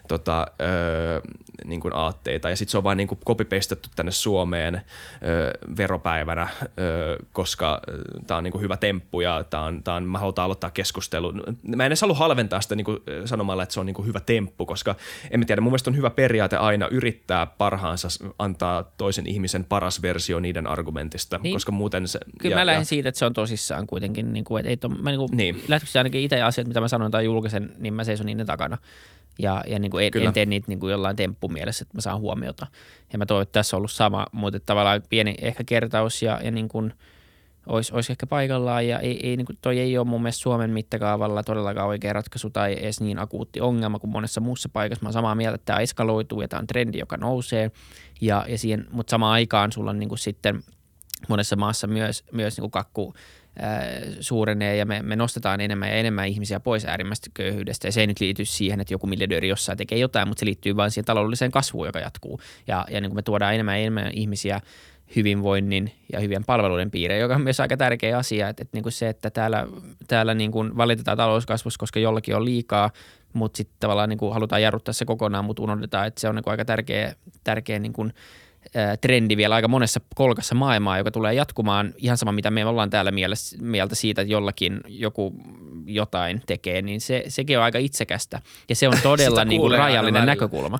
niin kuin aatteita, ja sitten se on vaan niin kuin copy-pastettu tänne Suomeen veropäivänä, koska tämä on niin kuin hyvä temppu, ja mä halutaan aloittaa keskustelun. Mä en edes halua halventaa sitä niin kuin sanomalla, että se on niin kuin hyvä temppu, koska en tiedä, mun mielestä on hyvä periaate aina yrittää parhaansa antaa toisen ihmisen paras versio niiden argumentista, niin, koska muuten se... Kyllä mä lähden siitä, että se on tosissaan kuitenkin, niin kuin, että niin. Lähtöksi ainakin itse asiat, mitä mä sanoin tai julkaisen, niin mä seison niiden takana. Ja niin kuin en tee niitä niin kuin jollain temppumielessä, että mä saan huomiota. Ja mä toivon, että tässä on ollut sama, mutta tavallaan pieni ehkä kertaus ja niin kuin olisi ehkä paikallaan ja niin kuin toi ei ole mun mielestä Suomen mittakaavalla todellakaan oikea ratkaisu tai edes niin akuutti ongelma kuin monessa muussa paikassa. Mä oon samaa mieltä, että tämä eskaloituu ja tämä on trendi, joka nousee, mutta samaan aikaan sulla on niin kuin sitten monessa maassa myös niin kuin kakku suurenee ja me nostetaan enemmän ja enemmän ihmisiä pois äärimmäisestä köyhyydestä ja se ei nyt liity siihen, että joku miljardööri jossain tekee jotain, mutta se liittyy vain siihen taloudelliseen kasvuun, joka jatkuu ja niin kuin me tuodaan enemmän ja enemmän ihmisiä hyvinvoinnin ja hyvien palveluiden piireen, joka on myös aika tärkeä asia, että niin kuin se, että täällä niin kuin valitetaan talouskasvussa, koska jollakin on liikaa, mutta sitten tavallaan niin kuin halutaan jarruttaa se kokonaan, mutta unohdetaan, että se on niin kuin aika tärkeä niin kuin trendi vielä aika monessa kolkassa maailmaa, joka tulee jatkumaan ihan sama, mitä me ollaan täällä mieltä siitä, että joku jotain tekee, niin sekin on aika itsekästä ja se on todella niin kuin rajallinen näkökulma.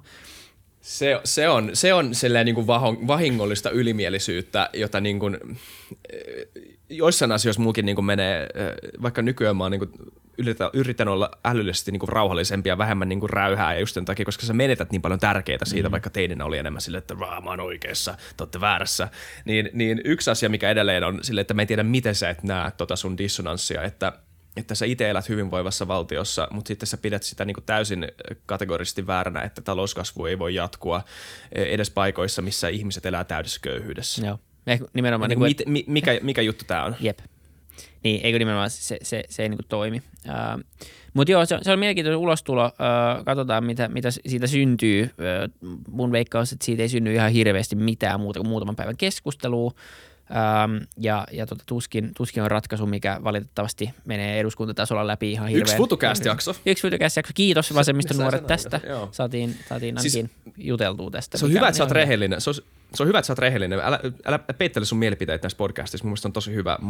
Se on sellainen niin kuin vahingollista ylimielisyyttä, jota niin kuin, joissain asioissa muukin niin kuin menee, vaikka nykyään mä oon niin kuin yritän olla älyllisesti niin kuin rauhallisempi ja vähemmän niin kuin räyhää ja just sen takia, koska sä menetät niin paljon tärkeitä siitä, vaikka teidän oli enemmän sille, että mä oon oikeassa, te ootte väärässä. Niin yksi asia, mikä edelleen on sille, että mä en tiedä, miten sä et näe tota sun dissonanssia, että sä itse elät hyvinvoivassa valtiossa, mutta sitten sä pidät sitä niin kuin täysin kategorisesti vääränä, että talouskasvu ei voi jatkua edes paikoissa, missä ihmiset elää täydessä köyhyydessä. Joo. Nimenomaan, mikä juttu tää on? Jep. Niin, eikö nimenomaan se ei niin kuin toimi. Mutta joo, se on mielenkiintoinen ulostulo. Katsotaan, mitä siitä syntyy. Mun veikkaus, että siitä ei synny ihan hirveästi mitään muuta kuin muutaman päivän keskustelua. Tuskin on ratkaisu, mikä valitettavasti menee eduskuntatasolla läpi ihan hirveän. Yksi FutuCast-jakso. Kiitos vasemmiston nuoret tästä. Saatiin ainakin juteltua tästä. Se on hyvä, että sä oot rehellinen. Se on hyvä, että sä oot rehellinen. Älä peittele sun mielipiteitä näissä podcastissa. Mun mielestä on tosi hyvä.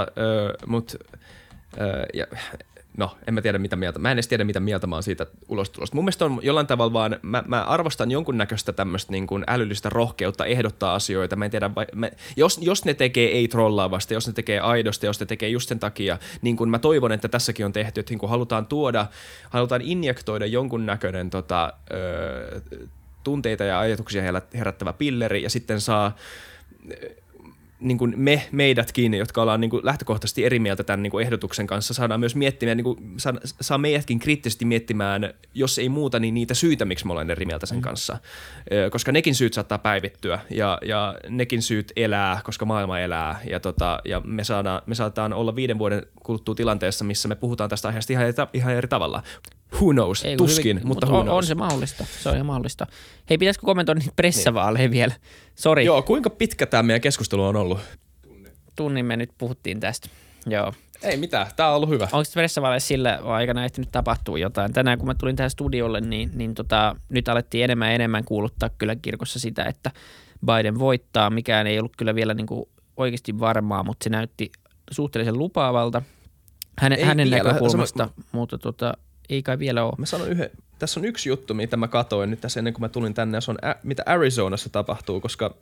En mä tiedä mitä mieltä. Mä en edes tiedä mitä mieltä mä oon siitä ulostulosta. Mun mielestä on jollain tavalla vaan, mä arvostan jonkunnäköistä tämmöistä niin kuin älyllistä rohkeutta ehdottaa asioita. Mä en tiedä, jos ne tekee ei trollaavasti, jos ne tekee aidosti, jos ne tekee just sen takia, niin kuin mä toivon, että tässäkin on tehty, että niin kuin halutaan injektoida jonkunnäköinen tunteita ja ajatuksia herättävä pilleri ja sitten saa niin kuin meidätkin, jotka ollaan niin kuin lähtökohtaisesti eri mieltä tämän niin kuin ehdotuksen kanssa, saadaan myös miettimään, niin kuin, saa meidätkin kriittisesti miettimään, jos ei muuta, niin niitä syitä, miksi me ollaan eri mieltä sen kanssa. Koska nekin syyt saattaa päivittyä ja nekin syyt elää, koska maailma elää ja me saadaan olla 5 vuoden kuluttua tilanteessa, missä me puhutaan tästä aiheesta ihan eri tavalla. Who knows? Tuskin, mutta who knows? On se mahdollista. Se on ihan mahdollista. Hei, pitäisikö kommentoida niitä pressavaaleja vielä? Sori. Joo, kuinka pitkä tämä meidän keskustelu on ollut? Tunnin me nyt puhuttiin tästä. Joo. Ei mitään, tämä on ollut hyvä. Onko pressavaaleissa sillä aikana ehtinyt tapahtua jotain? Tänään kun mä tulin tähän studiolle, niin nyt alettiin enemmän kuuluttaa kyllä kirkossa sitä, että Biden voittaa. Mikään ei ollut kyllä vielä niin kuin oikeasti varmaa, mutta se näytti suhteellisen lupaavalta hänen näkökulmasta, mutta ei kai vielä ole. Mä sanon tässä on yksi juttu, mitä mä katoin nyt tässä ennen kuin mä tulin tänne, ja se on mitä Arizonassa tapahtuu, koska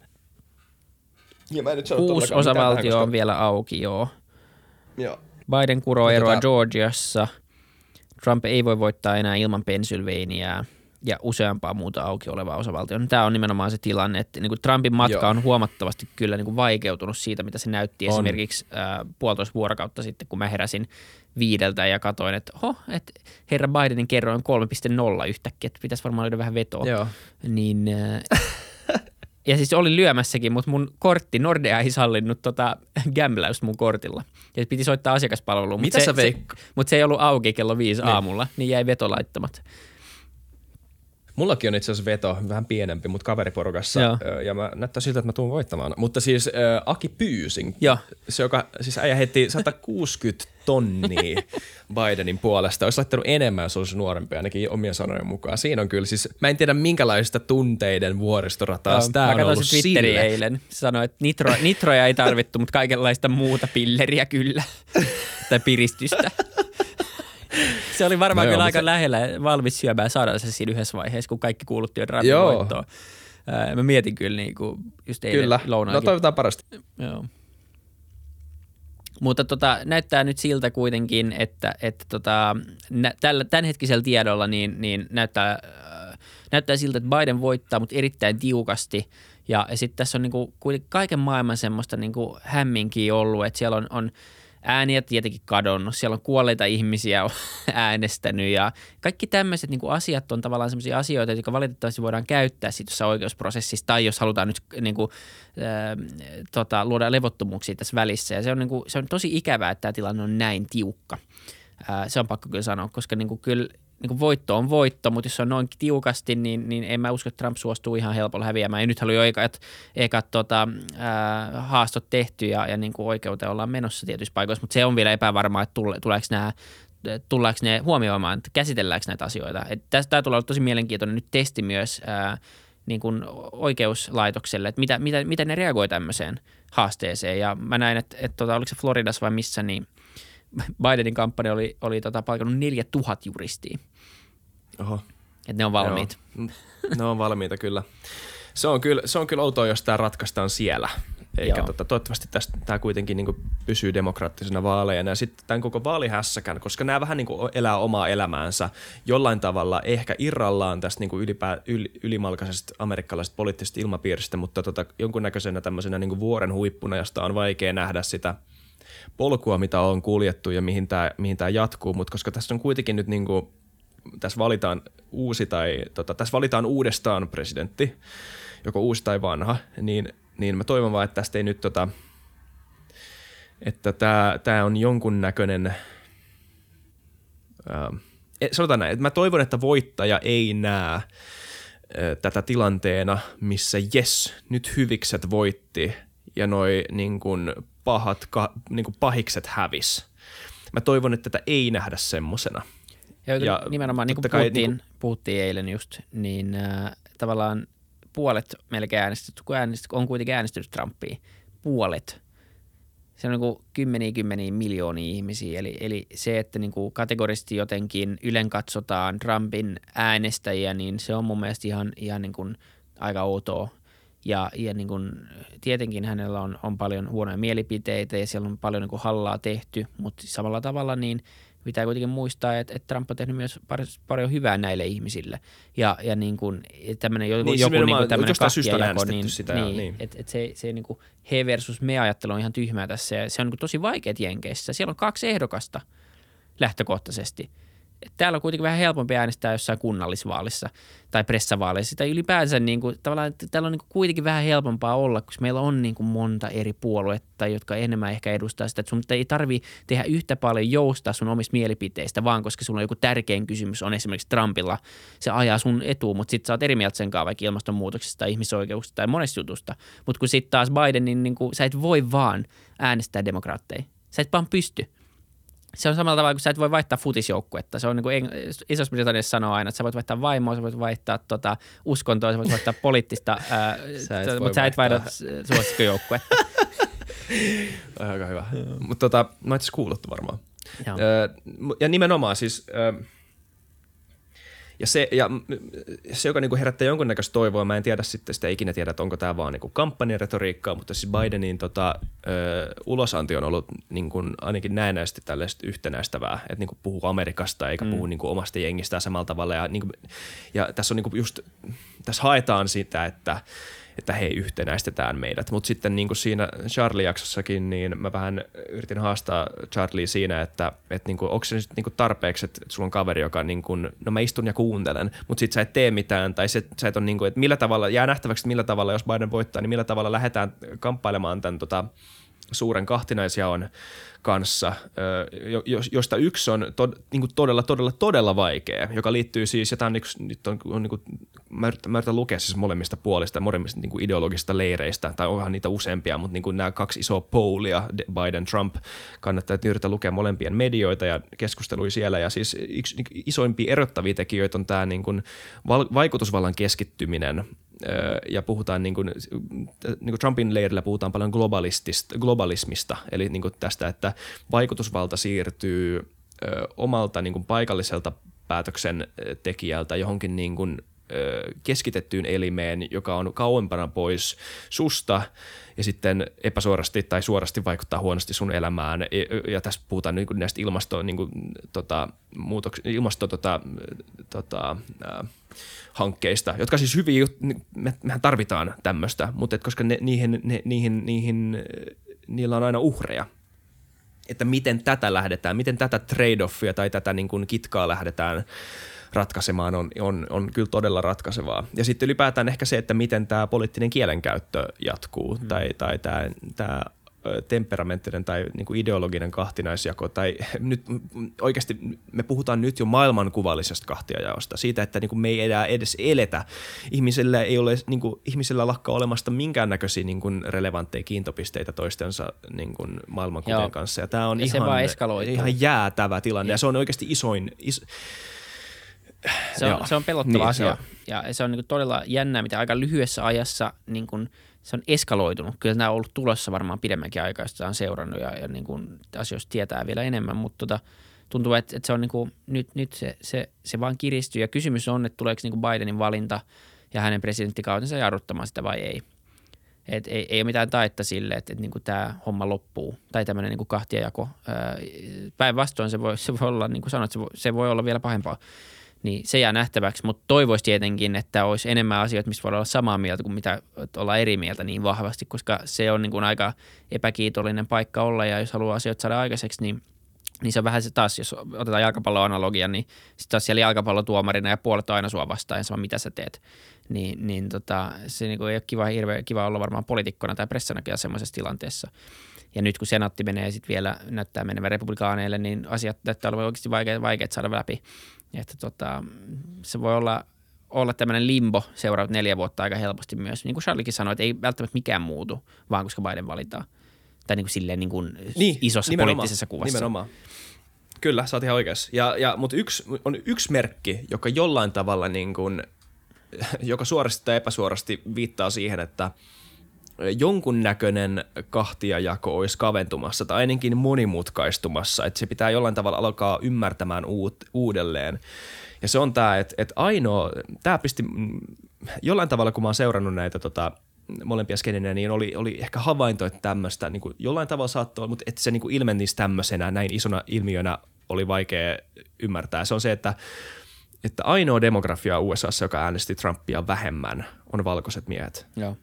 6 osavaltio on vielä auki, joo. Biden kuroo eroa Georgiassa, Trump ei voi voittaa enää ilman Pennsylvaniaa ja useampaa muuta auki olevaa osavaltioa. Tämä on nimenomaan se tilanne, että niin kuin Trumpin matka on huomattavasti kyllä niin kuin vaikeutunut siitä, mitä se näytti esimerkiksi 1,5 vuorokautta sitten, kun mä heräsin 5 ja katsoin, että herra Bidenin kerroin 3.0 yhtäkkiä, että pitäisi varmaan löydä vähän vetoa. Joo. Niin, ja siis olin lyömässäkin, mutta mun kortti, Nordea ei sallinnut gambläystä mun kortilla. Ja piti soittaa asiakaspalveluun. Mitä sä veikkaat? Mutta se ei ollut auki kello 5 aamulla, niin jäi vetolaittamat. Mullakin on itse asiassa veto, vähän pienempi, mutta kaveriporukassa, ja näyttää siltä, että mä tuun voittamaan. Mutta siis Aki Pyysin, se joka, siis äijä heitti 160 tonnia Bidenin puolesta. Olisi laittanut enemmän, jos olisi nuorempi, ainakin omien sanojen mukaan. Siinä on kyllä siis, mä en tiedä minkälaista tunteiden vuoristorataa tää on ollut sille. Mä katsoin Twitteriin eilen, se sanoi, että nitroja ei tarvittu, mutta kaikenlaista muuta pilleriä kyllä, tai piristystä. Se oli varmaan kyllä aika lähellä valmis syömään saada se siinä yhdessä vaiheessa, kun kaikki kuulutti jo Trumpin voittoon. Mä mietin kyllä niin kuin just eilen lounaakin. No toivotaan parasta. Joo. Mutta näyttää nyt siltä kuitenkin, että tämänhetkisellä tiedolla niin näyttää siltä, että Biden voittaa, mutta erittäin tiukasti Ja sitten tässä on niin kuin kuitenkin kaiken maailman semmoista niin kuin hämminkiä ollut, että siellä on ääniä tietenkin kadonnut, siellä on kuolleita ihmisiä äänestänyt ja kaikki tämmöiset niin kuin asiat on tavallaan semmoisia asioita, jotka valitettavasti voidaan käyttää sitten jossain oikeusprosessissa tai jos halutaan nyt niin kuin, luoda levottomuuksia tässä välissä ja se on tosi ikävää, että tämä tilanne on näin tiukka. Se on pakko kyllä sanoa, koska niin kuin kyllä niin kuin voitto on voitto, mutta jos se on noin tiukasti, niin en mä usko, että Trump suostuu ihan helpolla häviämään. Ja nythän oli jo ekat haastot tehty ja niin kuin oikeuteen ollaan menossa tietyissä paikoissa, mutta se on vielä epävarmaa, että tullaanko ne huomioimaan, että käsitelläänkö näitä asioita. Tämä tulee olla tosi mielenkiintoinen nyt testi myös niin kuin oikeuslaitokselle, että miten ne reagoi tämmöiseen haasteeseen. Ja mä näin, että oliko se Floridassa vai missä, niin Bidenin kampanja oli palkannut 4000 juristia. Oho. Että ne on valmiit. Ne on valmiita kyllä. Se on kyllä outoa, jos tämä ratkaistaan siellä. Eikä toivottavasti tämä kuitenkin niin kuin pysyy demokraattisena vaaleina. Ja sitten tämän koko vaalihässäkän, koska nämä vähän niin kuin elää omaa elämäänsä jollain tavalla ehkä irrallaan tästä niin kuin ylimalkaisesta amerikkalaisesta poliittisesta ilmapiiristä, mutta jonkunnäköisenä tämmöisenä niin kuin vuoren huippuna, josta on vaikea nähdä sitä polkua, mitä on kuljettu ja mihin tämä jatkuu, mutta koska tässä on kuitenkin nyt niin kuin, tässä valitaan tässä valitaan uudestaan presidentti, joko uusi tai vanha, niin mä toivon vaan, että tästä ei nyt että tämä on jonkunnäköinen sanotaan näin, että mä toivon, että voittaja ei näe tätä tilanteena, missä jes, nyt hyvikset voitti ja noi niin kuin niin kuin pahikset hävis. Mä toivon, että tätä ei nähdä semmosena. Ja nimenomaan, niin kuin puhuttiin eilen just, niin tavallaan puolet melkein äänestetty, kun on kuitenkin äänestynyt Trumpia. Puolet. Se on niin kuin kymmeniä miljoonia ihmisiä. Eli se, että niin kuin kategorisesti jotenkin ylenkatsotaan Trumpin äänestäjiä, niin se on mun mielestä ihan niin kuin aika outoa. Ja niin kuin, tietenkin hänellä on paljon huonoja mielipiteitä ja siellä on paljon niin kuin hallaa tehty, mutta samalla tavalla niin pitää kuitenkin muistaa, että Trump on tehnyt myös paljon hyvää näille ihmisille. Ja niin kuin tämmöinen joku niin tämmöinen kahtiajako, niin. Että se niin kuin he versus me ajattelu on ihan tyhmää tässä ja se on niin kuin tosi vaikeat Jenkeissä. Siellä on 2 ehdokasta lähtökohtaisesti. Täällä on kuitenkin vähän helpompi äänestää jossain kunnallisvaalissa tai pressavaaleissa tai ylipäänsä niin kuin, tavallaan täällä on niin kuin kuitenkin vähän helpompaa olla, koska meillä on niin kuin monta eri puoluetta, jotka enemmän ehkä edustaa sitä, että sun ei tarvitse tehdä yhtä paljon joustaa sun omista mielipiteistä, vaan koska sulla on joku tärkein kysymys on esimerkiksi Trumpilla, se ajaa sun etuun, mutta sitten sä oot eri mieltä sen kanssa vaikka ilmastonmuutoksesta tai ihmisoikeuksista tai monesta jutusta, mutta kun sitten taas Bidenin, niin kuin, sä et voi vaan äänestää demokraatteja, sä et vaan pysty. Se on samalla tavalla, kun sä et voi vaihtaa futisjoukkuetta. Se on niin kuin Isossa-Britanniassa sanoo aina, että sä voit vaihtaa vaimoa, sä voit vaihtaa uskontoa, sä voit vaihtaa poliittista, mutta sä et vaihda suosikkijoukkuetta. Aika hyvä. Mutta mä oon kuuluttu varmaan. Ja nimenomaan siis ja se joka niinku herättää jonkunnäköistä toivoa, mä en tiedä sitten sitä ikinä tiedä, että onko tämä vaan niinku kampanjaretoriikkaa, mutta siis Bidenin ulosanti on ollut niinku ainakin näennäisesti tällaista yhtenäistävää, että niinku puhuu Amerikasta eikä puhu niinku omasta jengistään samalla tavalla ja tässä on niinku just, tässä haetaan sitä, että hei, yhtenäistetään meidät. Mutta sitten niin kuin siinä Charlie-jaksossakin, niin mä vähän yritin haastaa Charlie siinä, että niin kuin, onko se nyt niin kuin tarpeeksi, että sulla on kaveri, joka niin kuin, no mä istun ja kuuntelen, mutta sitten sä et tee mitään, tai sä et on niin kuin, että millä tavalla, jää nähtäväksi, millä tavalla, jos Biden voittaa, niin millä tavalla lähdetään kamppailemaan tämän suuren kahtinaisjaon kanssa, josta yksi on niin kuin todella vaikea, joka liittyy siis, ja tämä on niin kuin, mä yritän lukea siis molemmista puolista, molemmista niin kuin ideologisista leireistä, tai onhan niitä useampia, mutta niin kuin nämä 2 isoa poulia, Biden-Trump, kannattaa yrittää lukea molempien medioita ja keskustelui siellä, ja siis yksi isoimpia erottavia tekijöitä on tämä niin kuin vaikutusvallan keskittyminen, ja puhutaan niin kuin Trumpin leirillä puhutaan paljon globalismista, eli niin kuin tästä, että vaikutusvalta siirtyy omalta niin kuin paikalliselta päätöksentekijältä johonkin niin kuin keskitettyyn elimeen, joka on kauempana pois susta ja sitten epäsuorasti tai suorasti vaikuttaa huonosti sun elämään. Ja tässä puhutaan niin kuin näistä hankkeista, jotka siis hyviä, mehän tarvitaan tämmöistä, mutta koska niillä on aina uhreja. Että miten tätä lähdetään, miten tätä trade-offia tai tätä niin kuin kitkaa lähdetään ratkaisemaan on kyllä todella ratkaisevaa. Ja sitten ylipäätään ehkä se, että miten tämä poliittinen kielenkäyttö jatkuu tai tämä temperamenttinen tai niin kuin ideologinen kahtinaisjako. Tai nyt oikeasti me puhutaan nyt jo maailmankuvallisesta kahtiajaosta, siitä, että niin kuin me ei edes eletä. Ihmisillä lakkaa olemasta minkäännäköisiä niin kuin relevantteja kiintopisteitä toistensa niin kuin maailmankuvien kanssa. Ja tämä on ihan jäätävä tilanne ja se on oikeasti isoin. Se on pelottava asia ja se on niin kuin todella jännää, mitä aika lyhyessä ajassa niin kuin se on eskaloitunut. Kyllä nämä on ollut tulossa varmaan pidemmänkin aikaa, josta on seurannut ja niin kuin asioista tietää vielä enemmän, mutta tuntuu, että se on niin kuin, nyt se vaan kiristyy ja kysymys on, että tuleeko niin kuin Bidenin valinta ja hänen presidenttikautensa jarruttamaan sitä vai ei. Ei ole mitään taetta sille, että niin kuin tämä homma loppuu tai tämmöinen niin kuin kahtiajako. Päinvastoin se voi olla, niin kuin sanoit, se voi olla vielä pahempaa. Niin se jää nähtäväksi, mutta toivoisi tietenkin, että olisi enemmän asioita, mistä voi olla samaa mieltä kuin mitä olla eri mieltä niin vahvasti, koska se on niin kuin aika epäkiitollinen paikka olla ja jos haluaa asioita saada aikaiseksi, niin se on vähän se taas, jos otetaan jalkapalloanalogia, niin sitten taas siellä jalkapallotuomarina ja puolet on aina sua vastaan ja sama mitä sä teet. Se niin kuin ei ole hirveän kiva olla varmaan poliitikkona tai pressanakin semmoisessa tilanteessa. Ja nyt kun senaatti menee sitten vielä näyttää menevän republikaaneille, niin asiat näyttää olevan oikeasti vaikeat saada läpi. Että se voi olla tämmöinen limbo seuraavat 4 vuotta aika helposti myös. Niin kuin Charliekin sanoi, että ei välttämättä mikään muutu, vaan koska Biden valitaan. Tai niin kuin silleen niin kuin isossa poliittisessa kuvassa. Nimenomaan. Kyllä, sä oot ihan oikeassa. Mutta yksi merkki, joka jollain tavalla niin kuin, joka suorasti tai epäsuorasti viittaa siihen, että jonkunnäköinen kahtiajako olisi kaventumassa tai ainakin monimutkaistumassa, että se pitää jollain tavalla alkaa ymmärtämään uudelleen. Ja se on tämä, että tämä pisti jollain tavalla, kun mä oon seurannut näitä molempia skenejä, niin oli ehkä havainto, että tämmöistä niin kuin jollain tavalla saattoi, mutta että se niin kuin ilmenisi tämmöisenä näin isona ilmiönä oli vaikea ymmärtää. Se on se, että ainoa demografia USAssa, joka äänesti Trumpia vähemmän, on valkoiset miehet. Joo.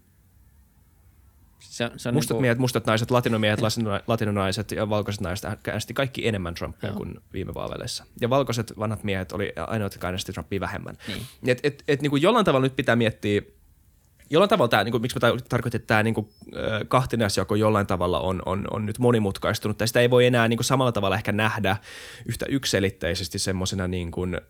Mustat miehet, mustat naiset, latinomiehet, latinonaiset ja valkoiset naiset äänesti kaikki enemmän Trumpia kuin viime vaaleissa. Ja valkoiset vanhat miehet oli ainoat, jotka äänesti Trumpia vähemmän. Niin. Niin kuin jollain tavalla nyt pitää miettiä, jollain tavalla tämä, niin kuin, miksi mä tarkoitin, että tämä niin kuin, kahtinaisjako jollain tavalla on nyt monimutkaistunut. Tai sitä ei voi enää niin kuin, samalla tavalla ehkä nähdä yhtä yksiselitteisesti semmoisena niin kuin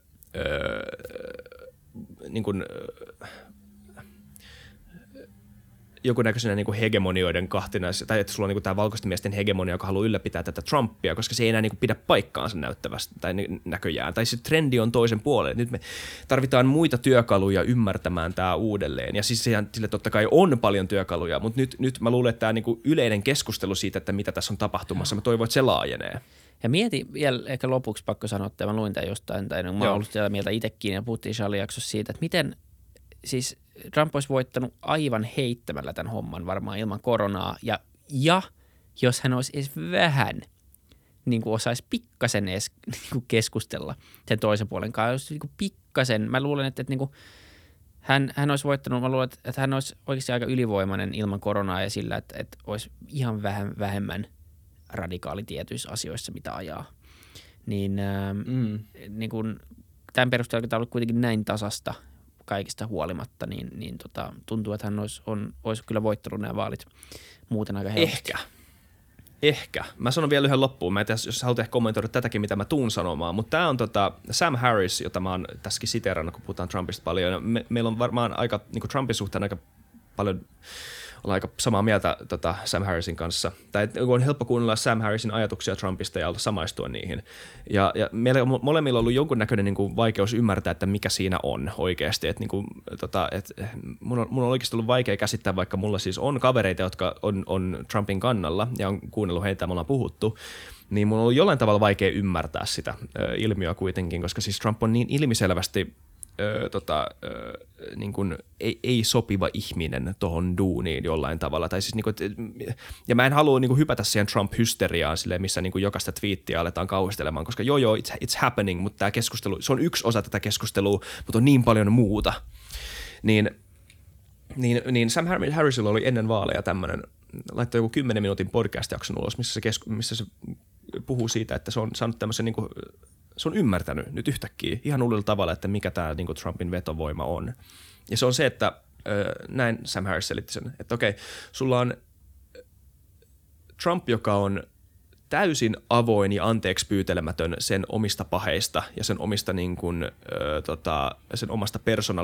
jonkunnäköisenä niin kuin hegemonioiden kahtinais, tai että sulla on niin kuin tämä valkoisten miesten hegemonia, joka haluaa ylläpitää tätä Trumpia, koska se ei enää niin kuin pidä paikkaansa näyttävästi tai näköjään. Tai se trendi on toisen puoleen. Nyt me tarvitaan muita työkaluja ymmärtämään tämä uudelleen. Ja siis sille totta kai on paljon työkaluja, mutta nyt mä luulen, että tämä niin kuin yleinen keskustelu siitä, että mitä tässä on tapahtumassa, mä toivon, että se laajenee. Ja mieti vielä ehkä lopuksi pakko sanoa, että mä luin tämän jostain, tai mä oon ollut siellä mieltä itsekin, ja puhuttiin Charlie-jaksossa siitä, että miten siis Trump olisi voittanut aivan heittämällä tämän homman varmaan ilman koronaa, ja jos hän olisi edes vähän, niin kuin osaisi pikkasen edes niin kuin keskustella sen toisen puolen kanssa, jos niin kuin pikkasen, mä luulen, että niin kuin hän olisi voittanut, mä luulen, että hän olisi oikeasti aika ylivoimainen ilman koronaa ja sillä, että olisi ihan vähemmän radikaali tietyissä asioissa, mitä ajaa. Niin kuin tämän perusteella, kun tämä on ollut kuitenkin näin tasasta kaikista huolimatta, niin tuntuu, että hän olisi kyllä voittanut nämä vaalit muuten aika helposti. Ehkä. Mä sanon vielä yhden loppuun. Mä en tiedä, jos haluat ehkä kommentoida tätäkin, mitä mä tuun sanomaan, mutta tämä on Sam Harris, jota mä oon tässäkin siteerannut, kun puhutaan Trumpista paljon. Meillä on varmaan aika, niin kuin Trumpin suhteen aika paljon, ollaan aika samaa mieltä Sam Harrisin kanssa. Tai on helppo kuunnella Sam Harrisin ajatuksia Trumpista ja samaistua niihin. Ja meillä on molemmilla ollut jonkunnäköinen niin kuin vaikeus ymmärtää, että mikä siinä on oikeasti. Että, niin kuin, mun on oikeasti ollut vaikea käsittää, vaikka mulla siis on kavereita, jotka on Trumpin kannalla ja on kuunnellut heitä, me ollaan puhuttu. Niin mun on ollut jollain tavalla vaikea ymmärtää sitä ilmiöä kuitenkin, koska siis Trump on niin ilmiselvästi niin kuin ei sopiva ihminen tohon duuniin jollain tavalla. Tai siis, niin kuin, ja mä en halua niin kuin hypätä siihen Trump-hysteriaan silleen, missä niin kuin jokaista twiittiä aletaan kauhistelemaan, koska it's happening, mutta tämä keskustelu, se on yksi osa tätä keskustelua, mutta on niin paljon muuta. Niin Sam Harrisilla oli ennen vaaleja tämmöinen, laittoi joku 10 minuutin podcast-jakson ulos, missä se puhuu siitä, että se on saanut tämmöisen, niin kuin, se on ymmärtänyt nyt yhtäkkiä ihan uudella tavalla, että mikä tämä niin kuin Trumpin vetovoima on. Ja se on se, että näin Sam Harris selitti sen, että okei, sulla on Trump, joka on täysin avoin ja anteeksi pyytelemätön sen omista paheista ja sen omista niin kuin, sen omasta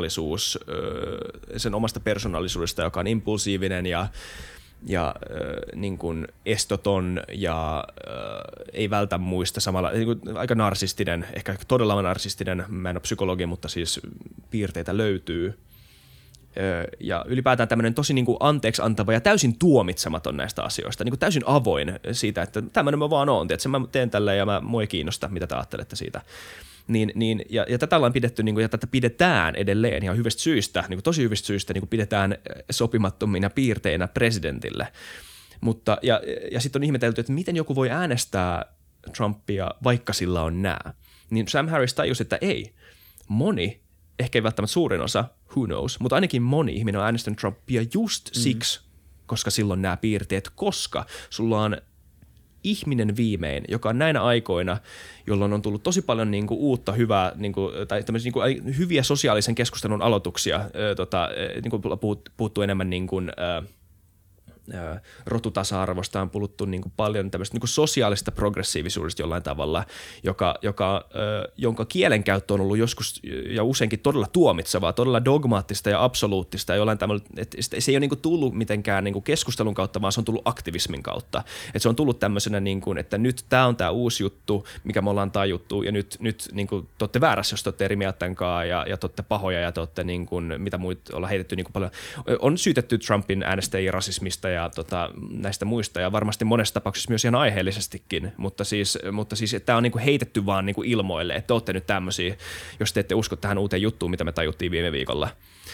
sen omasta persoonallisuudesta, joka on impulsiivinen ja niin kuin estoton ja ei vältä muista samalla, niin kuin aika narsistinen, ehkä todella narsistinen, mä en ole psykologi, mutta siis piirteitä löytyy. Ja ylipäätään tämmöinen tosi niin kuin anteeksi antava ja täysin tuomitsematon näistä asioista, niin kuin täysin avoin siitä, että tämmöinen mä vaan oon, että mä teen tällä ja mua ei kiinnosta, mitä te ajattelette siitä. Ja tätä ollaan pidetty, niin kuin, ja tätä pidetään edelleen ihan hyvistä syistä, niin kuin tosi hyvistä syistä, niin kuin pidetään sopimattomina piirteinä presidentille. Mutta, ja sitten on ihmetelty, että miten joku voi äänestää Trumpia, vaikka sillä on nää. Niin Sam Harris tajusi, että ei, moni, ehkä ei välttämättä suurin osa, who knows, mutta ainakin moni ihminen on äänestänyt Trumpia just siksi, koska silloin nämä piirteet, koska sulla on ihminen viimein, joka on näinä aikoina, jolloin on tullut tosi paljon niin kuin uutta hyvää, niin kuin, tai niin kuin hyviä sosiaalisen keskustelun aloituksia, niin kuin puhuttu enemmän niin kuin, rotutasa-arvosta on puhuttu niin kuin paljon tämmöistä niin kuin sosiaalista progressiivisuudesta jollain tavalla, jonka kielenkäyttö on ollut joskus ja useinkin todella tuomitsevaa, todella dogmaattista ja absoluuttista ja jollain tavalla, että se ei ole niin kuin tullut mitenkään niin kuin keskustelun kautta, vaan se on tullut aktivismin kautta. Että se on tullut tämmöisenä, niin kuin, että nyt tämä on tämä uusi juttu, mikä me ollaan tajuttu ja nyt niin kuin, te olette väärässä, jos te olette eri mieltä tämänkaan ja te olette pahoja ja te olette niin kuin, mitä muita ollaan heitetty niin kuin paljon. On syytetty Trumpin äänestäjiä rasismista ja näistä muista ja varmasti monessa tapauksessa myös ihan aiheellisestikin, mutta siis että tämä on niinku heitetty vaan niinku ilmoille, että te olette nyt tämmöisiä, jos te ette usko tähän uuteen juttuun, mitä me tajuttiin viime viikolla.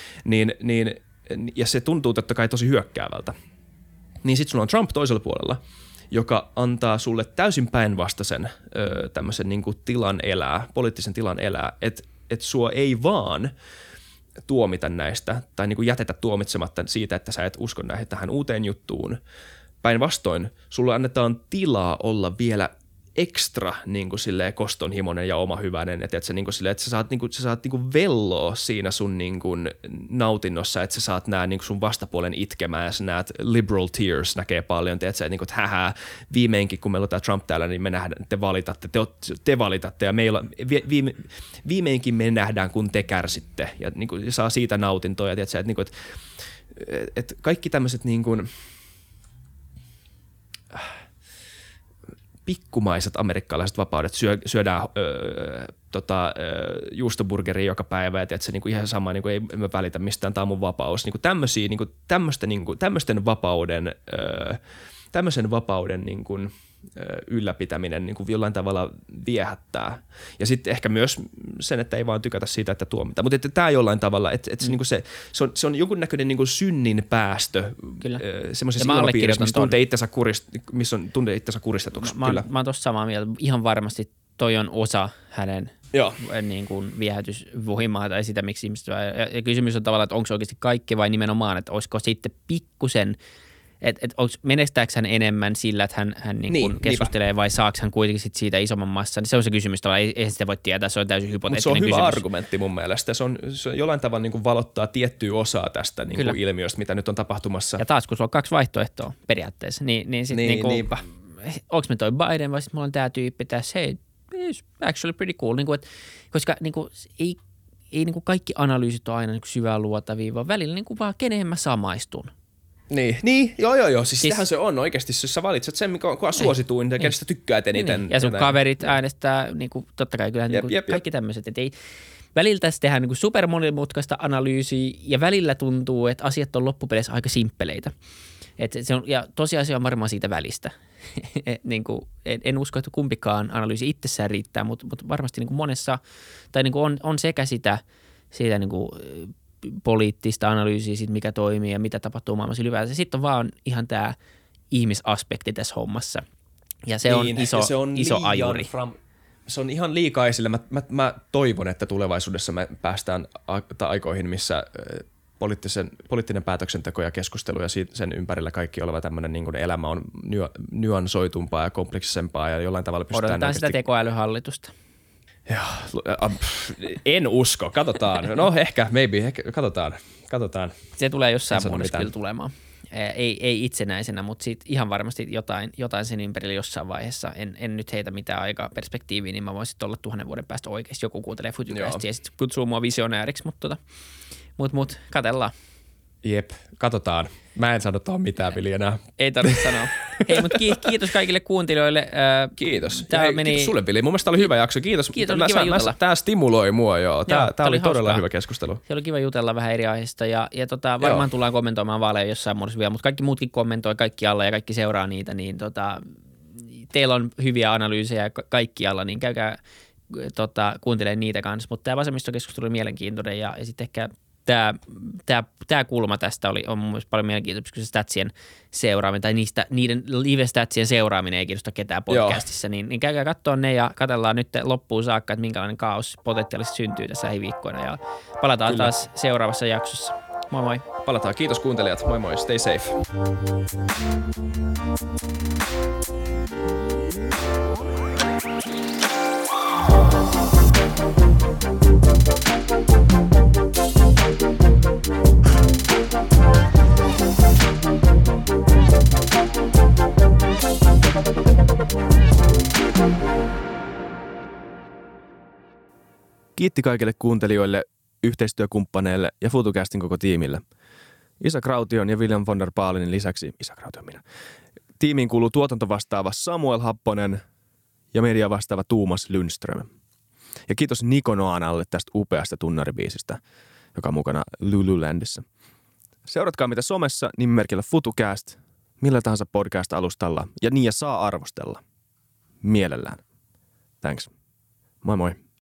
Ja se tuntuu totta kai tosi hyökkäävältä. Niin sitten sulla on Trump toisella puolella, joka antaa sulle täysin päinvastaisen tämmöisen niinku tilan elää, poliittisen tilan elää, että sua ei vaan tuomita näistä tai niin kuin jätetä tuomitsematta siitä, että sä et usko näihin tähän uuteen juttuun. Päinvastoin, sulla annetaan tilaa olla vielä ekstra niin kuin silleen kostonhimoinen ja omahyväinen, että sä saat velloa siinä sun niin kuin nautinnossa, että sä saat nää niin kuin sun vastapuolen itkemään ja sä näet liberal tears näkee paljon, että niin kuin, että hähää, viimeinkin kun meillä on tää Trump täällä, niin me nähdään, te valitatte ja meillä viimeinkin me nähdään, kun te kärsitte ja niin kuin, saa siitä nautintoa ja että niin kuin, että kaikki tämmöiset niin kuin pikkumaiset amerikkalaiset vapaudet, syödään juustoburgeria joka päivä, että se niinku ihan sama, niinku ei mä välitä mistään, tämä on mun vapaus. Niinku tämmöisiä, niinku tämmöisen vapauden niinku, ylläpitäminen niinku jollain tavalla viehättää. Ja sitten ehkä myös sen, että ei vaan tykätä siitä, että tuomita. Mutta tämä jollain tavalla, että niinku se on jonkunnäköinen niinku synnin päästö semmoisessa ilmapiirissä, missä tuntee itsensä kuristetuksi. Mä oon tossa samaa mieltä. Ihan varmasti toi on osa hänen niin kuin viehätysvoimaa tai sitä, miksi ihmiset ja kysymys on tavallaan, että onko se oikeasti kaikki vai nimenomaan, että olisiko sitten pikkusen menestääkö hän enemmän sillä, että hän niin keskustelee vai saako hän kuitenkin sit siitä isomman massan. Se on se kysymys, eihän sitä voi tietää, se on täysin hypoteettinen kysymys. Mutta se on hyvä argumentti mun mielestä. Se on jollain tavalla niin kuin valottaa tiettyä osaa tästä niin kuin ilmiöstä, mitä nyt on tapahtumassa. Ja taas, kun sulla on kaksi vaihtoehtoa periaatteessa, niin sitten niinpä. Onko me toi Biden vai sitten mulla on tämä tyyppi tässä, hei, it's actually pretty cool. Niin kuin, koska niin kuin, ei niin kuin kaikki analyysit ole aina niin kuin syvää luotavia, vaan välillä niin kuin vaan keneen mä samaistun. Niin, joo. Siis sitähän se on oikeasti, jos sä valitset sen, mikä on suosituin ja kenestä tykkäät eniten. Ja sun kaverit äänestää, niin kuin, totta kai kyllähän niin kaikki tämmöiset, että ei välillä tässä tehdään niin super monimutkaista analyysiä ja välillä tuntuu, että asiat on loppupeleissä aika simppeleitä. Ja tosiasia on varmaan siitä välistä. Niin kuin, en usko, että kumpikaan analyysi itsessään riittää, mutta varmasti niin kuin monessa, tai niin kuin on sekä sitä siitä niin kuin poliittista analyysiä siitä, mikä toimii ja mitä tapahtuu maailmassa ylipäätään. Sitten on vaan ihan tämä ihmisaspekti tässä hommassa. Ja se on iso ajuri. Se on ihan liikaa esille. Mä toivon, että tulevaisuudessa me päästään aikoihin, missä poliittinen päätöksenteko ja keskustelu ja sen ympärillä kaikki oleva tämmöinen niin kuin elämä on nyansoitumpaa ja kompleksisempaa ja jollain tavalla pystytään odotetaan sitä tekoälyhallitusta. En usko, katsotaan. No ehkä, maybe, katsotaan. Se tulee jossain muodossa kyllä tulemaan. Ei itsenäisenä, mutta siitä ihan varmasti jotain sen ympärillä jossain vaiheessa. En nyt heitä mitään aikaperspektiiviä, niin mä voisin olla 1000 vuoden päästä oikeasti. Joku kuuntelee Futucastia ja sitten kutsuu mua visionääriksi, mutta katsellaan. Jep, katsotaan. Mä en sano tuohon mitään, Vili, enää. Ei tarvitse sanoa. Hei, mutta kiitos kaikille kuuntelijoille. Kiitos. Kiitos sulle, Vili. Mun mielestä oli hyvä jakso. Kiitos. Tää stimuloi mua, joo. Tää oli todella hyvä keskustelu. Se oli kiva jutella vähän eri aiheista ja varmaan tullaan kommentoimaan vaaleja jossain muodossa vielä, mutta kaikki muutkin kommentoi kaikki alla ja kaikki seuraa niitä, niin teillä on hyviä analyysejä kaikkialla, niin käykää kuuntelemaan niitä kanssa. Mutta tämä vasemmistokeskustelu oli mielenkiintoinen ja sitten ehkä Tämä kulma tästä on mun mielestä paljon mielenkiintoista, koska se statsien seuraaminen tai niiden live-statsien seuraaminen ei kiinnosta ketään podcastissa, niin käykää katsoa ne ja katsellaan nyt loppuun saakka, että minkälainen kaos potentiaalisesti syntyy tässä lähiviikkoina ja palataan taas seuraavassa jaksossa. Moi moi. Palataan. Kiitos kuuntelijat. Moi moi. Stay safe. Kiitti kaikille kuuntelijoille, yhteistyökumppaneille ja Futucastin koko tiimille. Isa Kraution ja William von der Baalinin lisäksi, tiimiin kuuluu tuotantovastaava Samuel Happonen ja media vastaava Tuomas Lundström. Ja kiitos Niko Noanalle tästä upeasta tunnaribiisistä, joka on mukana Lululandissa. Seuratkaa mitä somessa nimimerkillä Futucast, millä tahansa podcast-alustalla ja saa arvostella. Mielellään. Thanks. Moi moi.